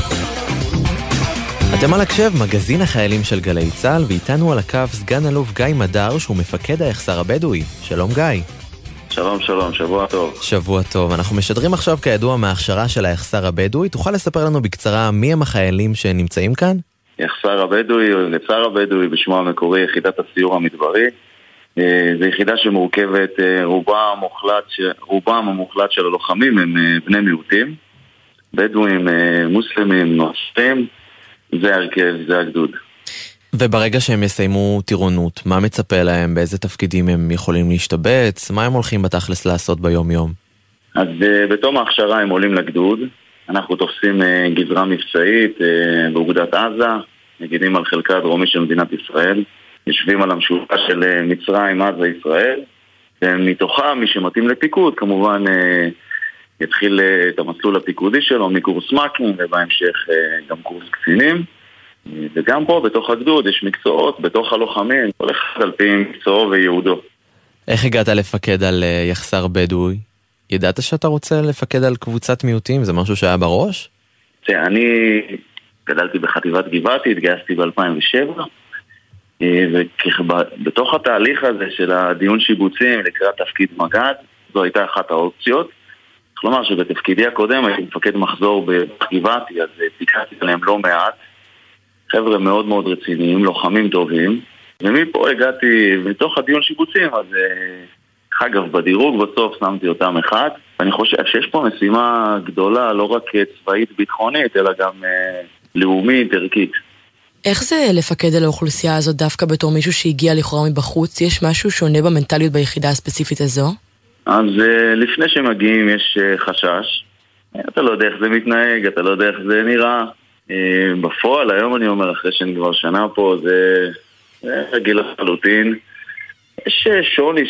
C: אתם על הקשב, מגזין החיילים של גלי צה"ל, ואיתנו על הקו סגן אלוף גיא מדר, שהוא מפקד היחסר הבדואי. שלום גיא.
B: שלום, שלום, שבוע טוב.
C: שבוע טוב. אנחנו משדרים עכשיו כידוע מההכשרה של היחסר הבדואי. תוכל לספר לנו בקצרה מי הם החיילים שנמצאים כאן?
B: יחסר הבדואי, או יחסר הבדואי בשמו המקורי, יחידת הסיור המדברי. זו יחידה שמורכבת, רובם המוחלט של הלוחמים הם בני מיעוטים. בדואים, מוסלמים, נוצרים. זה הרכב, זה הגדוד.
C: וברגע שהם יסיימו טירונות, מה מצפה להם? באיזה תפקידים הם יכולים להשתבץ? מה הם הולכים בתכלס לעשות ביום יום?
B: אז בתום ההכשרה הם עולים לגדוד. אנחנו תופסים גזרה מבצעית באוגדת עזה, מגינים על חלקה הדרומי של מדינת ישראל, יושבים על המשולש של מצרים, עזה, ישראל, ומתוכם מי שמתאים לפיקוד כמובן יתחיל את המסלול הפיקודי שלו מקורס מקים ובהמשך גם קורס קצינים. וגם פה בתוך הגדוד יש מקצועות בתוך הלוחמים, כל אחד על פי מקצועו וייעודו.
C: איך הגעת לפקד על יחסר בדואי? ידעת שאתה רוצה לפקד על קבוצת מיעוטים? זה משהו שהיה בראש?
B: אני גדלתי בחטיבת גבעתי, התגייסתי ב-2007, ובתוך התהליך הזה של הדיון שיבוצים לקראת תפקיד מג"ד, זו הייתה אחת האופציות. כלומר שבתפקידי הקודם הייתי מפקד מחזור בגבעתי, אז פיקדתי עליהם לא מעט. חבר'ה מאוד מאוד רציניים, לוחמים טובים, ומפה הגעתי בתוך הדיון שיבוצים, אז אגב בדירוג בסוף שמתי אותם אחד. אני חושב שיש פה משימה גדולה, לא רק צבאית ביטחונית, אלא גם לאומית, ערכית.
D: איך זה לפקד על האוכלוסייה הזאת דווקא בתור מישהו שהגיע לכאורה מבחוץ? יש משהו שונה במנטליות ביחידה הספציפית הזו?
B: אז לפני שמגיעים יש חשש. אתה לא יודע איך זה מתנהג, אתה לא יודע איך זה נראה. בפועל, היום אני אומר, אחרי שאני כבר שנה פה, זה רגיל לחלוטין. יש שוני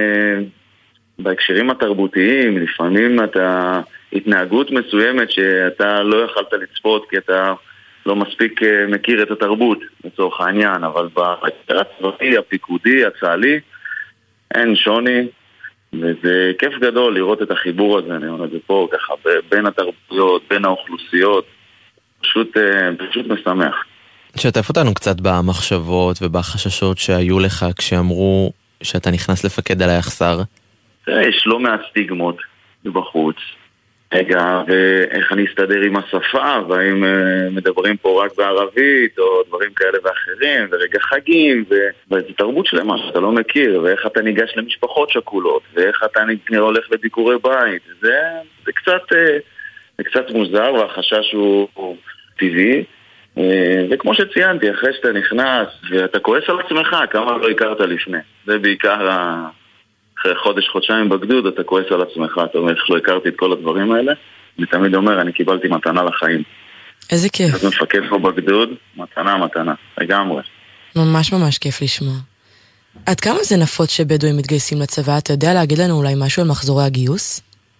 B: שבהקשרים התרבותיים, לפעמים אתה התנהגות מסוימת שאתה לא יכלת לצפות כי אתה לא מספיק מכיר את התרבות לצורך העניין, אבל בהקשר הצבאי, הפיקודי, הצה"לי, אין שוני, וזה כיף גדול לראות את החיבור הזה, אני אומר את זה פה, ככה, בין התרבויות, בין האוכלוסיות, פשוט משמח.
C: שתף אותנו קצת במחשבות ובחששות שהיו לך כשאמרו שאתה נכנס לפקד על היחסר.
B: יש לא מעט סטיגמות בחוץ. רגע, ואיך אני אסתדר עם השפה, והאם מדברים פה רק בערבית, או דברים כאלה ואחרים, ורגע חגים, וזו תרבות שלמה שאתה לא מכיר, ואיך אתה ניגש למשפחות שכולות, ואיך אתה הולך לביקורי בית. זה קצת מוזר, והחשש הוא טבעי. וכמו שציינתי, אחרי שאתה נכנס, ואתה כועס על עצמך, כמה לא הכרת לפני. זה בעיקר אחרי חודש-חודשיים בגדוד, אתה כועס על עצמך, אתה אומר, איך לא הכרתי את כל הדברים האלה. אני תמיד אומר, אני קיבלתי מתנה לחיים.
D: איזה כיף.
B: אז מפקד פה בגדוד, מתנה, לגמרי.
D: ממש ממש כיף לשמוע. עד כמה זה נפוץ שבדואים מתגייסים לצבא? אתה יודע להגיד לנו אולי משהו על מחזורי הגיוס?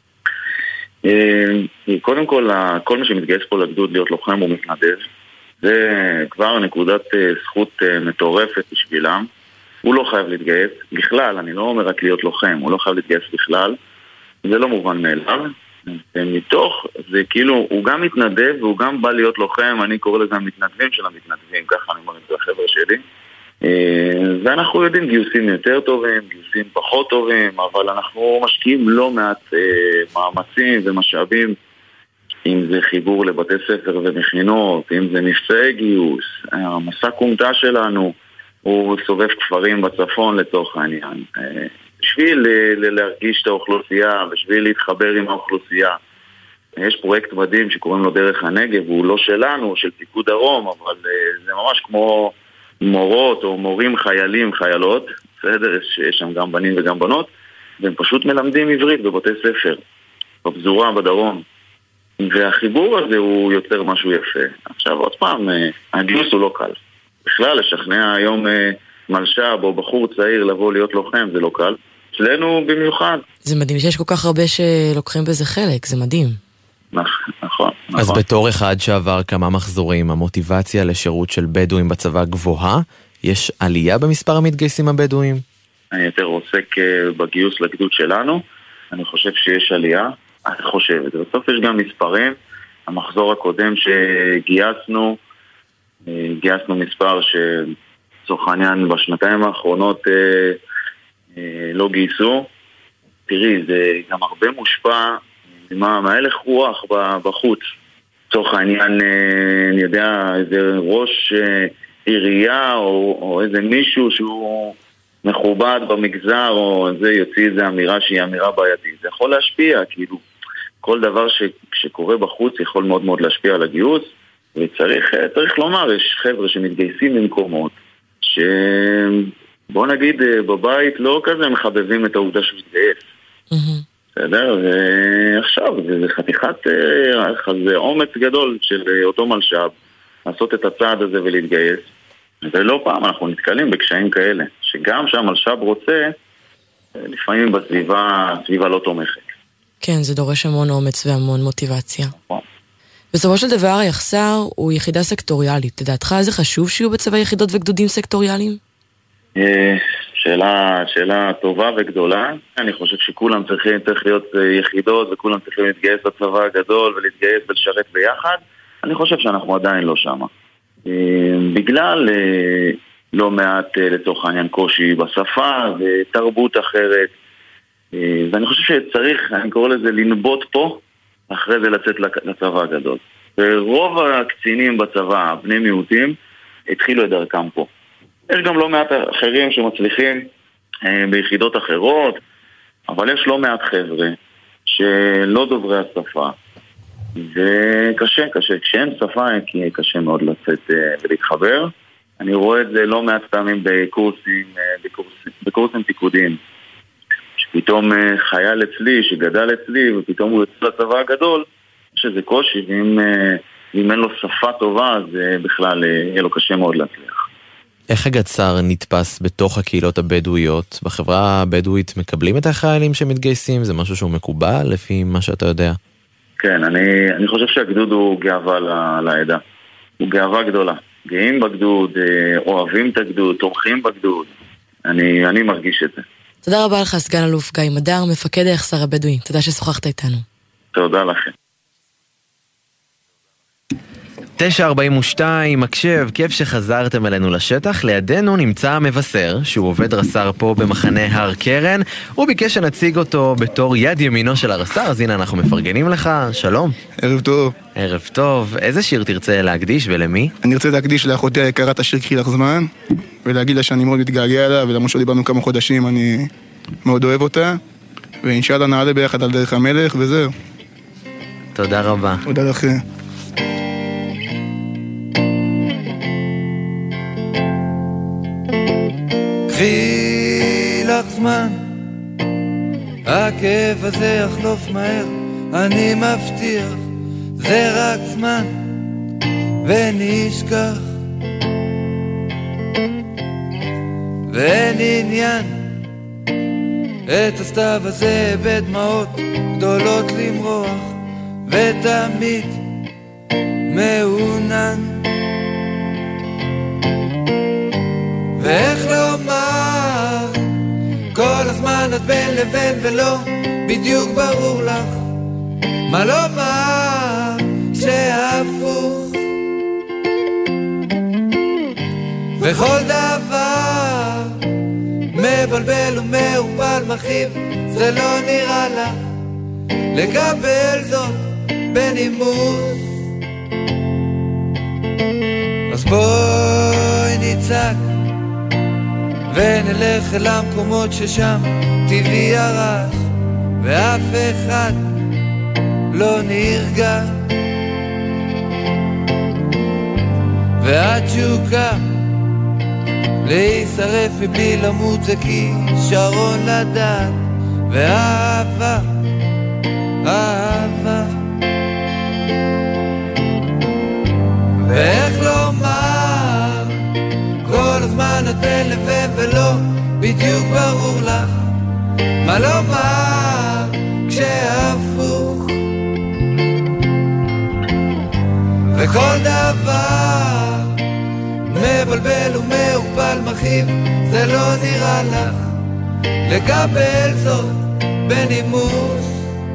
B: קודם כל מי שמתגייס פה לגדוד להיות לוחם הוא מתנדב. זה כבר נקודת זכות מטורפת בשבילם. הוא לא חייב להתגייס בכלל, אני לא אומר רק להיות לוחם, הוא לא חייב להתגייס בכלל. זה לא מובן מאליו. מתוך זה כאילו הוא גם מתנדב והוא גם בא להיות לוחם. אני קורא לזה המתנדבים של המתנדבים, ככה אני אומר את זה לחבר'ה שלי. ואנחנו יודעים גיוסים יותר טובים, גיוסים פחות טובים, אבל אנחנו משקיעים לא מעט מאמצים ומשאבים, אם זה חיבור לבתי ספר ומכינות, אם זה מבצעי גיוס. המסע קומטה שלנו הוא סובב כפרים בצפון לצורך העניין, בשביל להרגיש את האוכלוסייה, בשביל להתחבר עם האוכלוסייה. יש פרויקט מדהים שקוראים לו דרך הנגב, הוא לא שלנו, הוא של פיקוד דרום, אבל זה ממש כמו מורות או מורים חיילים, חיילות, בסדר, יש שם גם בנים וגם בנות, והם פשוט מלמדים עברית בבתי ספר, בפזורה, בדרום. והחיבור הזה הוא יוצר משהו יפה. עכשיו עוד פעם, הגיוס הוא לא קל. בכלל, לשכנע היום מלשב או בחור צעיר לבוא להיות לוחם, זה לא קל. אצלנו במיוחד.
D: זה מדהים שיש כל כך הרבה שלוקחים בזה חלק, זה מדהים.
B: נכון.
C: אז בתור אחד שעבר כמה מחזורים, המוטיבציה לשירות של בדואים בצבא גבוהה, יש עלייה במספר המתגייסים הבדואים?
B: אני יותר עוסק בגיוס לגדוד שלנו, אני חושב שיש עלייה, אני חושב, בסוף יש גם מספרים, המחזור הקודם שגייסנו, גייסנו מספר שצורך העניין בשנתיים האחרונות לא גייסו. תראי, זה גם הרבה מושפע מההלך רוח בחוץ. צורך העניין, אני יודע, איזה ראש עירייה או איזה מישהו שהוא מכובד במגזר או זה יוציא איזה אמירה שהיא אמירה בעייתית. זה יכול להשפיע, כאילו כל דבר שקורה בחוץ יכול מאוד מאוד להשפיע על הגיוס, וצריך לומר, יש חבר'ה שמתגייסים במקומות שבוא נגיד בבית לא כזה מחבבים את העובדה שמתגייס. בסדר? ועכשיו זה חתיכת, זה אומץ גדול של אותו מלשב לעשות את הצעד הזה ולהתגייס. ולא פעם אנחנו נתקלים בקשיים כאלה, שגם שהמלשב רוצה, לפעמים בסביבה לא תומכת.
D: כן, זה דורש המון אומץ והמון מוטיבציה. בסופו של דבר היחסר הוא יחידה סקטוריאלית. לדעתך זה חשוב שיהיו בצבא יחידות וגדודים סקטוריאליים?
B: שאלה טובה וגדולה. אני חושב שכולם צריך להיות יחידות וכולם צריכים להתגייס לצבא הגדול ולהתגייס ולשרת ביחד. אני חושב שאנחנו עדיין לא שם. בגלל לא מעט לצורך העניין קושי בשפה ותרבות אחרת. ואני חושב שצריך, אני קורא לזה לנבוט פה, אחרי זה לצאת לצבא הגדול. ורוב הקצינים בצבא, בני מיעוטים, התחילו את דרכם פה. יש גם לא מעט אחרים שמצליחים ביחידות אחרות, אבל יש לא מעט חבר'ה שלא דוברי השפה. וקשה, כשאין שפה, קשה מאוד לצאת ולהתחבר. אני רואה את זה לא מעט פעמים בקורסים פיקודיים. שפתאום חייל אצלי, שגדל אצלי, ופתאום הוא יוצא לצבא הגדול, יש איזה קושי, ואם אין לו שפה טובה, אז בכלל יהיה לו קשה מאוד להצליח.
C: איך הגדס"ר נתפס בתוך הקהילות הבדואיות? בחברה הבדואית מקבלים את החיילים שמתגייסים? זה משהו שהוא מקובל לפי מה שאתה יודע?
B: כן, אני חושב שהגדוד הוא גאווה לעדה. הוא גאווה גדולה. גאים בגדוד, אוהבים את הגדוד, תומכים בגדוד. אני מרגיש את זה.
D: תודה רבה לך, סגן אלוף גיא מדר, מפקד היחסר הבדואי. תודה ששוחחת איתנו.
B: תודה לכם.
C: 9:42, מקשב, כיף שחזרתם אלינו לשטח. לידינו נמצא המבשר, שהוא עובד רס"ר פה במחנה הר קרן. הוא ביקש שנציג אותו בתור יד ימינו של הרס"ר, אז הנה אנחנו מפרגנים לך. שלום.
F: ערב טוב.
C: ערב טוב. איזה שיר תרצה להקדיש ולמי?
F: אני רוצה להקדיש לאחותי היקרה את השיר קחי לך זמן, ולהגיד לה שאני מאוד מתגעגע אליה, ולמרות שדיברנו כמה חודשים אני מאוד אוהב אותה, ואינשאללה נעלה ביחד על דרך המלך וזהו.
C: תודה רבה.
F: תודה לכם.
V: קחי לך זמן, הכאב הזה יחלוף מהר, אני מבטיח, זה רק זמן, ונשכח, ואין עניין, את הסתיו הזה בדמעות גדולות למרוח, ותמיד מעונן. ואיך לומר, כל הזמן את בין לבין ולא בדיוק ברור לך מה לומר שהפוך, וכל דבר מבלבל ומעורפל מכאיב, זה לא נראה לך לקבל זאת בנימוס. אז בואי נצעק ונלך אל המקומות ששם טבעי הרעש ואף אחד לא נרגע, והתשוקה להישרף מבלי למות זה כישרון לדעת, ואהבה, אהבה, ואיך לומר, כל הזמן את בין לבין ולא בדיוק ברור לך מה לומר כשהפוך, וכל דבר מבלבל ומעורפל מכאיב, זה לא נראה לך לקבל זאת בנימוס.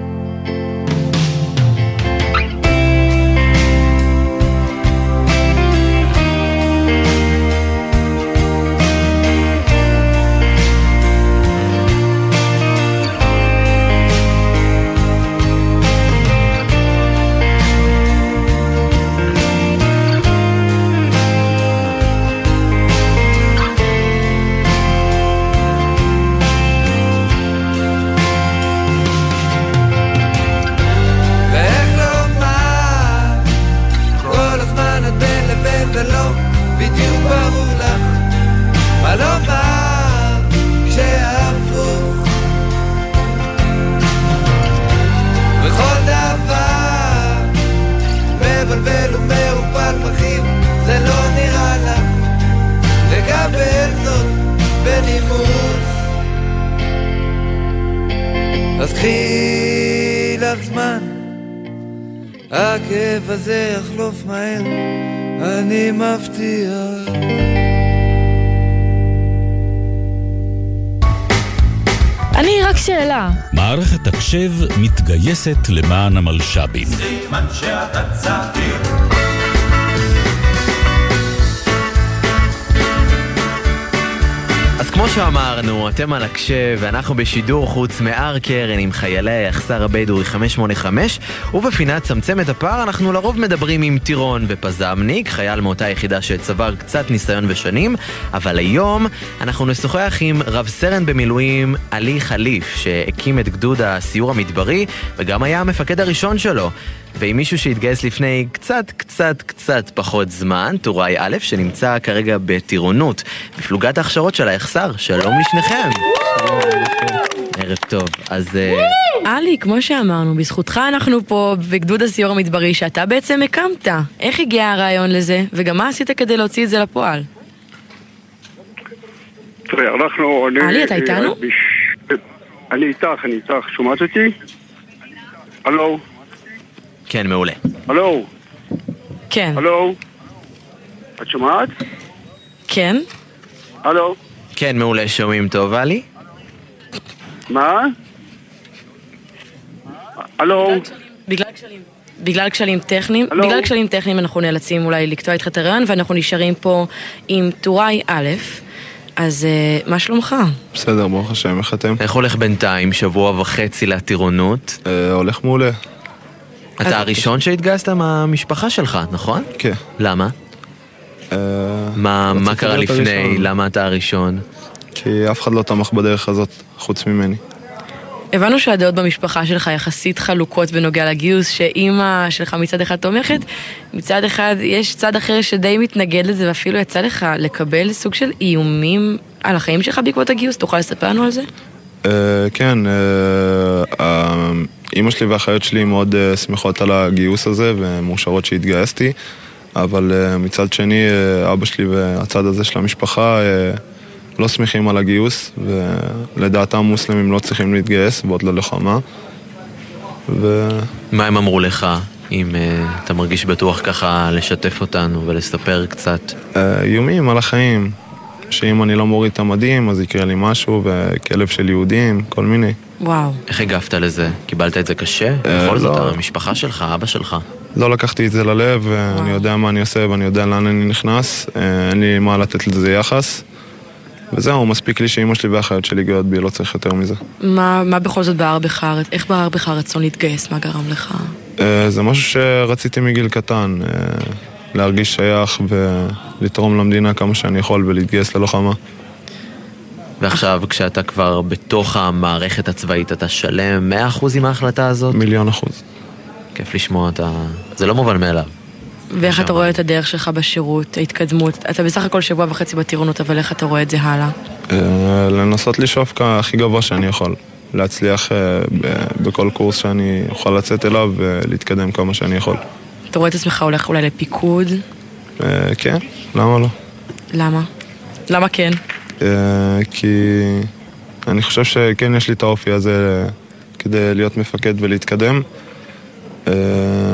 V: ולא בדיוק ברור לך מה לומר כשהפוך, וכל דבר מבלבל ומעורפל מכאיב, זה לא נראה לך לקבל זאת בנימוס. אז קחי לך זמן, הכאב הזה יחלוף מהר, אני מבטיח.
Q: אני רק שאלה.
E: מערכת הקשב מתגייסת למען המלש"בים.
V: סימן שאתה צעיר.
C: אז כמו שאמרנו, אתם על הקשב, ואנחנו בשידור חוץ מהר קרן עם חיילי היחסר הבדואי 585, ובפינת צמצם את הפער אנחנו לרוב מדברים עם טירון ופזמניק, חייל מאותה יחידה שצבר קצת ניסיון ושנים, אבל היום אנחנו נשוחח עם רב סרן במילואים עלי חליף, שהקים את גדוד הסיור המדברי, וגם היה המפקד הראשון שלו. ועם מישהו שהתגייס לפני קצת פחות זמן, טוראי א', שנמצא כרגע בטירונות בפלוגת ההכשרות של היחסר. שלום לשניכם. ערב טוב. אז
D: עלי, כמו שאמרנו, בזכותך אנחנו פה בגדוד הסיור המדברי שאתה בעצם הקמת. איך הגיע הרעיון לזה, וגם מה עשית כדי להוציא את זה לפועל?
M: תראה, אנחנו...
D: עלי, אתה איתנו?
M: אני איתך, שומעת אותי? הלו?
C: כן, מעולה.
M: הלו?
D: כן.
M: הלו? את שומעת?
D: כן.
M: הלו?
C: כן, מעולה, שומעים טוב, עלי?
M: מה? הלו?
D: בגלל כשלים טכניים אנחנו נאלצים אולי לקטוע איתך את הרעיון, ואנחנו נשארים פה עם טוראי א'. אז מה שלומך?
K: בסדר, ברוך השם, איך אתם?
C: איך הולך בינתיים? שבוע וחצי לטירונות?
K: הולך מעולה.
C: אתה הראשון שהתגייסת מהמשפחה שלך, נכון?
K: כן.
C: למה? מה קרה לפני? למה אתה הראשון?
K: כי אף אחד לא תמך בדרך הזאת, חוץ ממני.
D: הבנו שהדעות במשפחה שלך יחסית חלוקות בנוגע לגיוס, שאימא שלך מצד אחד תומכת, מצד אחד יש צד אחר שדי מתנגד לזה, ואפילו יצא לך לקבל סוג של איומים על החיים שלך בעקבות הגיוס. תוכל לספר לנו על זה?
K: כן, אמא שלי והאחיות שלי מאוד שמחות על הגיוס הזה ומאושרות שהתגייסתי, אבל מצד שני אבא שלי והצד הזה של המשפחה לא שמחים על הגיוס, ולדעתם מוסלמים לא צריכים להתגייס בעוד ללוחמה.
C: מה הם אמרו לך, אם אתה מרגיש בטוח ככה לשתף אותנו ולספר קצת?
K: איומים על החיים, שאם אני לא מוריד את המדים אז יקרה לי משהו, וכלב של יהודים, כל מיני.
D: וואו.
C: איך הגבת לזה? קיבלת את זה קשה? בכל זאת, המשפחה שלך, אבא שלך.
K: לא לקחתי את זה ללב, אני יודע מה אני עושה ואני יודע לאן אני נכנס, אין לי מה לתת לזה יחס. וזהו, מספיק לי שאמא שלי והאחיות שלי גאות בי, לא צריך יותר מזה.
D: מה בכל זאת בער בך? איך בער בך רצון להתגייס? מה גרם לך?
K: זה משהו שרציתי מגיל קטן, להרגיש שייך ולתרום למדינה כמה שאני יכול ולהתגייס ללוחמה.
C: ועכשיו, כשאתה כבר בתוך המערכת הצבאית, אתה שלם 100% עם ההחלטה הזאת?
K: 1,000,000%.
C: כיף לשמוע, זה לא מובן מאליו.
D: ואיך אתה רואה את הדרך שלך בשירות, ההתקדמות? אתה בסך הכל שבוע וחצי בטירונות, אבל איך אתה רואה את זה הלאה?
K: לנסות לשאוף הכי גבוה שאני יכול. להצליח בכל קורס שאני אוכל לצאת אליו ולהתקדם כמה שאני יכול.
D: אתה רואה את עצמך הולך אולי לפיקוד?
K: כן, למה לא?
D: למה? למה כן?
K: כי אני חושב שכן יש לי את האופי הזה כדי להיות מפקד ולהתקדם.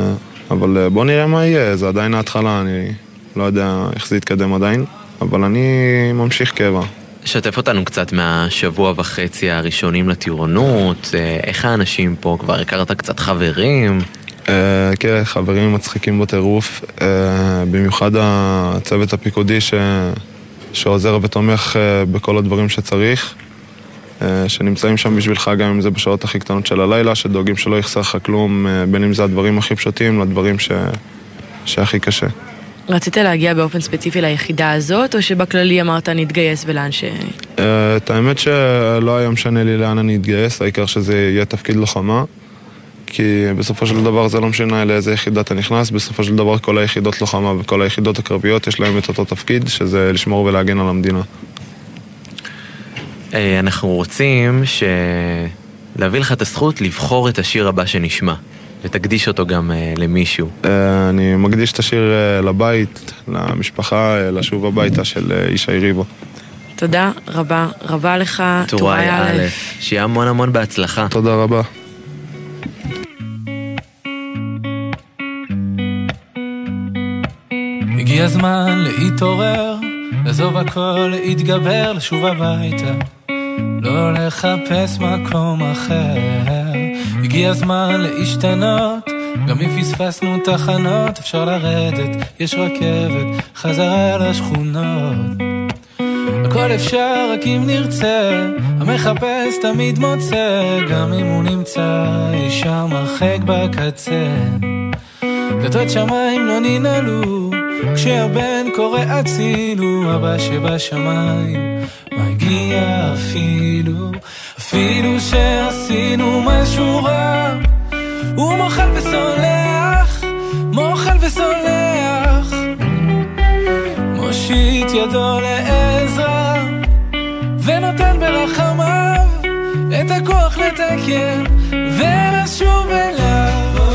K: אבל בוא נראה מה יהיה, זה עדיין ההתחלה, אני לא יודע איך זה יתקדם עדיין, אבל אני ממשיך קבע.
C: שתף אותנו קצת מהשבוע וחצי הראשונים לטירונות, איך האנשים פה, כבר הכרת קצת חברים?
K: כן, חברים מצחיקים בטירוף, במיוחד הצוות הפיקודי שעוזר ותומך בכל הדברים שצריך, שנמצאים שם בשבילך גם אם זה בשעות הכי קטנות של הלילה, שדואגים שלא יחסר לך כלום, בין אם זה הדברים הכי פשוטים לדברים שהכי קשה.
D: רצית להגיע באופן ספציפי ליחידה הזאת, או שבכללי אמרת נתגייס ולאן ש...
K: את האמת שלא היה משנה לי לאן אני אתגייס, העיקר שזה יהיה תפקיד לוחמה, כי בסופו של דבר זה לא משנה לאיזה יחידה אתה נכנס, בסופו של דבר כל היחידות לוחמה וכל היחידות הקרביות יש להם את אותו תפקיד, שזה לשמור ולהגן על המדינה.
C: אנחנו רוצים להביא לך את הזכות לבחור את השיר הבא שנשמע, ותקדיש אותו גם למישהו.
K: אני מקדיש את השיר לבית, למשפחה, לשוב הביתה של ישי ריבו.
D: תודה רבה, רבה לך,
C: טוראי א', שיהיה המון המון בהצלחה.
K: תודה רבה.
P: הגיע הזמן להתעורר, לעזוב הכל, להתגבר, לשוב הביתה, לא לחפש מקום אחר. הגיע הזמן להשתנות, גם אם פספסנו תחנות, אפשר לרדת, יש רכבת, חזרה לשכונות. הכל אפשר רק אם נרצה, המחפש תמיד מוצא, גם אם הוא נמצא ישר מרחק בקצה. דלתות שמיים לא ננעלו, כשהבן קורא הצילו, אבא שבשמיים מגיע אפילו שעשינו משהו רע, הוא מוכל וסולח, מושיט ידו לעזרה ונותן ברחמיו את הכוח לתקן ולשוב אליו.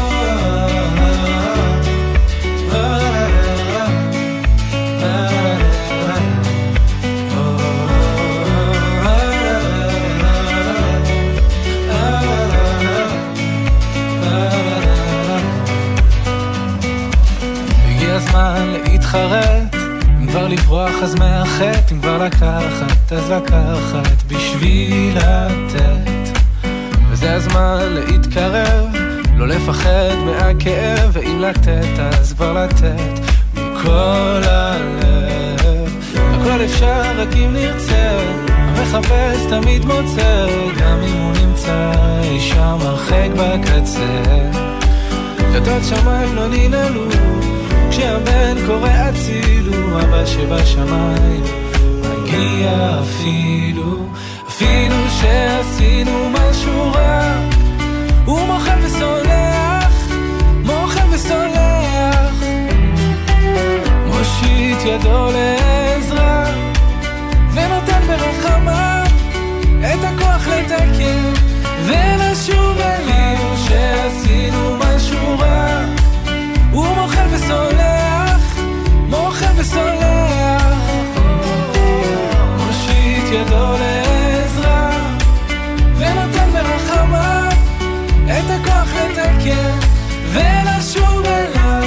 P: הזמן להתחרט, אם כבר לברוח אז מאחת, אם כבר לקחת אז לקחת בשביל לתת, וזה הזמן להתקרב, לא לפחד מהכאב, ואם לתת אז כבר לתת מכל הלב. הכל אפשר רק אם נרצה, המחפש תמיד מוצא, גם אם הוא נמצא אישה מרחק בקצה. דלתות שמיים לא ננעלו, כשהבן קורא הצילו, אבא שבשמיים מגיע אפילו שעשינו משהו רע, הוא מוכל וסולח, מושיט ידו לעזרה ונותן ברחמיו את הכוח לתקן ולשוב אליו. שעשינו משהו רע, הוא מוכל וסולח, מושיט ידו לעזרה ונותן ברחמיו את הכוח לתקן ולשוב אליו.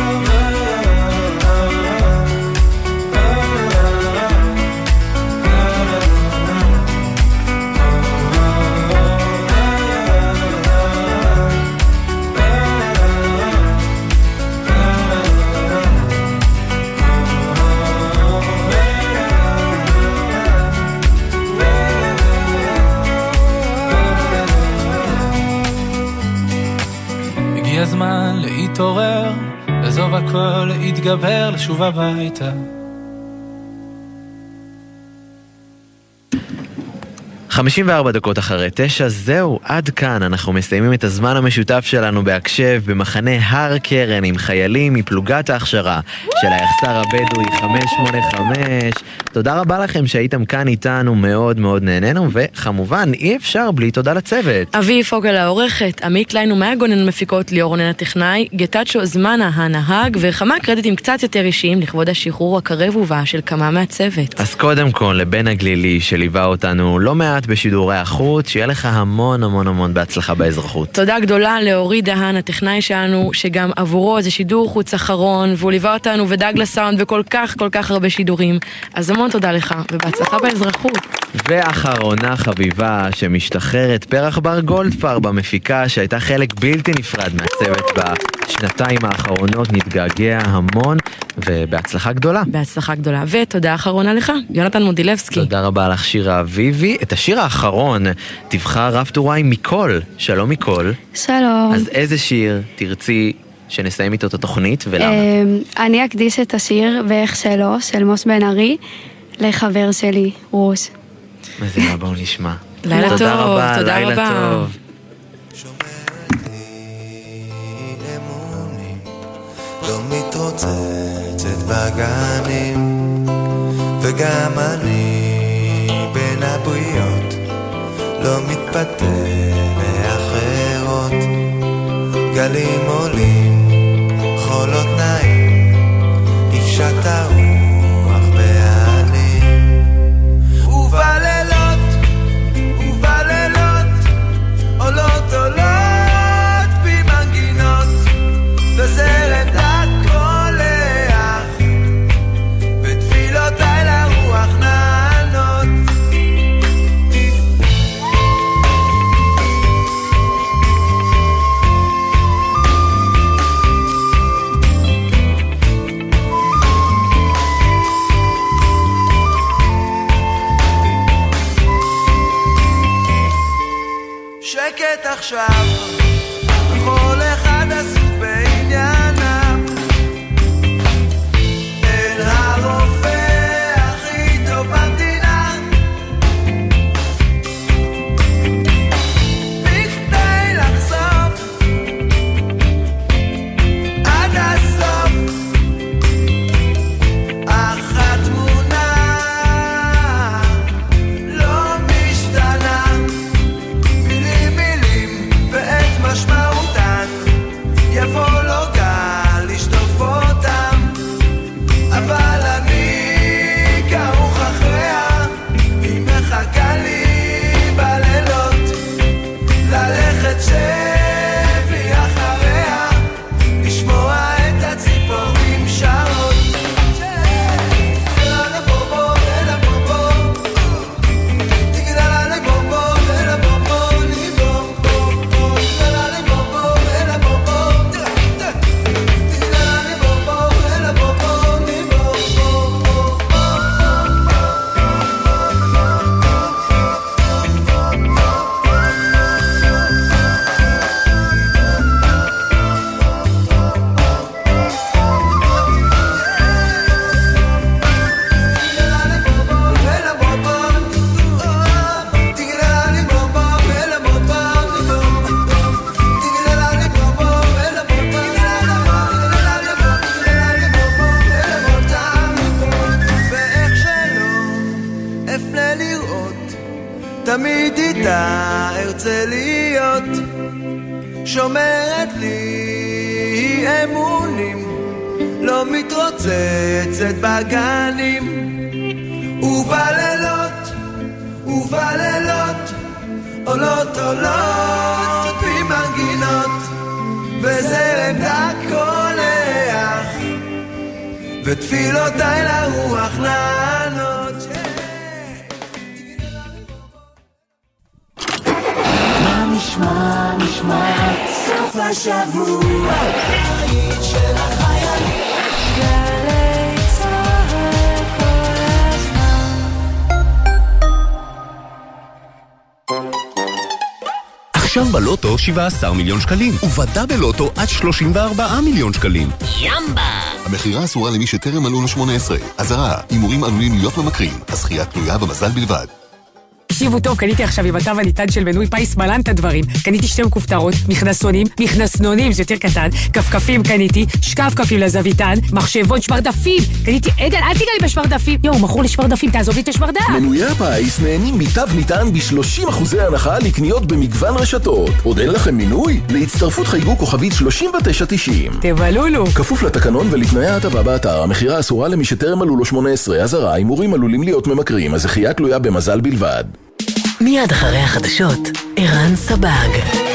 P: הזמן להתעורר, לעזוב הכל, להתגבר, לשוב הביתה.
C: 54 דקות אחרי 9, זהו, עד כאן אנחנו מסיימים את הזמן המשותף שלנו בהקשב במחנה הר קרן עם חיילים מפלוגת ההכשרה של היחסר הבדואי 585. תודה רבה לכם שהייתם כאן איתנו, מאוד מאוד נהנינו, וכמובן אי אפשר בלי תודה לצוות.
D: אבי פוגל העורכת, עמית ליין ומהגונן המפיקות, ליאור רונן הטכנאי, גטאצ'ו זמנה הנהג, וכמה קרדיטים קצת יותר אישיים לכבוד השחרור הקרב ובא של כמה מהצוות.
C: אז קודם כל לבן הגלילי שליווה אותנו לא מעט להיות בשידורי החוץ, שיהיה לך המון המון המון בהצלחה באזרחות.
D: תודה גדולה לאורי דהן, הטכנאי שלנו, שגם עבורו זה שידור חוץ אחרון, והוא ליווה אותנו ודאג לסאונד וכל כך כל כך הרבה שידורים. אז המון תודה לך, ובהצלחה באזרחות.
C: ואחרונה חביבה שמשתחררת, פרח בר גולדפר במפיקה, שהייתה חלק בלתי נפרד מהצוות בשנתיים האחרונות, נתגעגע המון, ובהצלחה גדולה.
D: בהצלחה גדולה, ותודה אחרונה לך, יונתן מודילבסקי.
C: תודה רבה לך שירה אביבי. את השיר האחרון תבחר רב טוראי מיקול. שלום מיקול.
H: שלום.
C: אז איזה שיר תרצי שנסיים איתו את התוכנית ולמה?
H: אני אקדיש את השיר ואיך שלו, של מוס בן ארי, לחבר שלי, רוש.
C: מה זה רבה, בואו נשמע.
D: לילה טוב,
C: תודה רבה,
D: תודה
C: לילה
D: רבה.
C: טוב.
V: לא מתרוצצת בגנים, וגם אני בין הבריות לא מתפתה לאחרות. גלים עולים, חולות נעים, נפשט הרוח בעלים. ובלילות, ובלילות, עולות עולות במנגינות, וזרם דק קולח, ותפילותיי לרוח נענות. שקט עכשיו, וכל אחד עסוק בענייניו. אין הרופא הכי טוב במדינה, בכדי לחשוף עד הסוף, אך התמונה לא משתנה. מילים ואת משמעותן, יבוא לו גל לשטוף אותם, אבל אני כרוך אחריה, היא מחכה לי בלילות, ללכת שבי אחריה, לשמוע את הציפורים שרות. אלה בובו, אלה בובו, תגדלה לבובו, אלה בובו, ליבו, בובו, תגדלה לבובו, אלה בובו, תגדלה לבובו, אלה בובו, ליבו, אפנה לראות, תמיד איתה ארצה להיות, שומרת לי אמונים, לא מתרוצצת בגנים. ובלילות, ובלילות, עולות עולות במנגינות, וזרם דק קולח, ותפילותיי לרוח נענות.
G: נשמע, נשמע, סוף השבוע, היית של החיילים, גלי צהל כל הזמן.
L: עכשיו בלוטו 17 מיליון שקלים, ובדה בלוטו עד 34 מיליון שקלים.
G: ימבה!
W: המחירה אסורה למי שטרם מלאו 18. אזהרה, הימורים עלולים להיות ממכרים, הזכייה תלויה במזל בלבד.
X: תקשיבו טוב, קניתי עכשיו עם התו הניתן של מנוי פיס מלן את הדברים. קניתי 2 כופתרות, מכנסונים, מכנסנונים, זה יותר קטן, כפכפים קניתי, שקפקפים לזוויתן, מחשבון, שמרדפים. קניתי, עדן, אל תיגע לי בשמרדפים. יואו, מכור לשמרדפים, תעזוב לי את השמרדף.
Y: מנויי הפיס נהנים מתו ניתן ב-30% הנחה לקניות במגוון רשתות. עוד אין לכם מינוי? להצטרפות חייגו כוכבית 3990.
X: תבלולו.
Y: כפוף לתקנון ולתנאי ההטבה באתר. המחירה אסורה למי שטרם מלאו לו 18. אזהרה, הימורים עלולים להיות ממכרים, הזכייה תלויה במזל בלבד.
A: מיד אחרי החדשות, ערן סבג.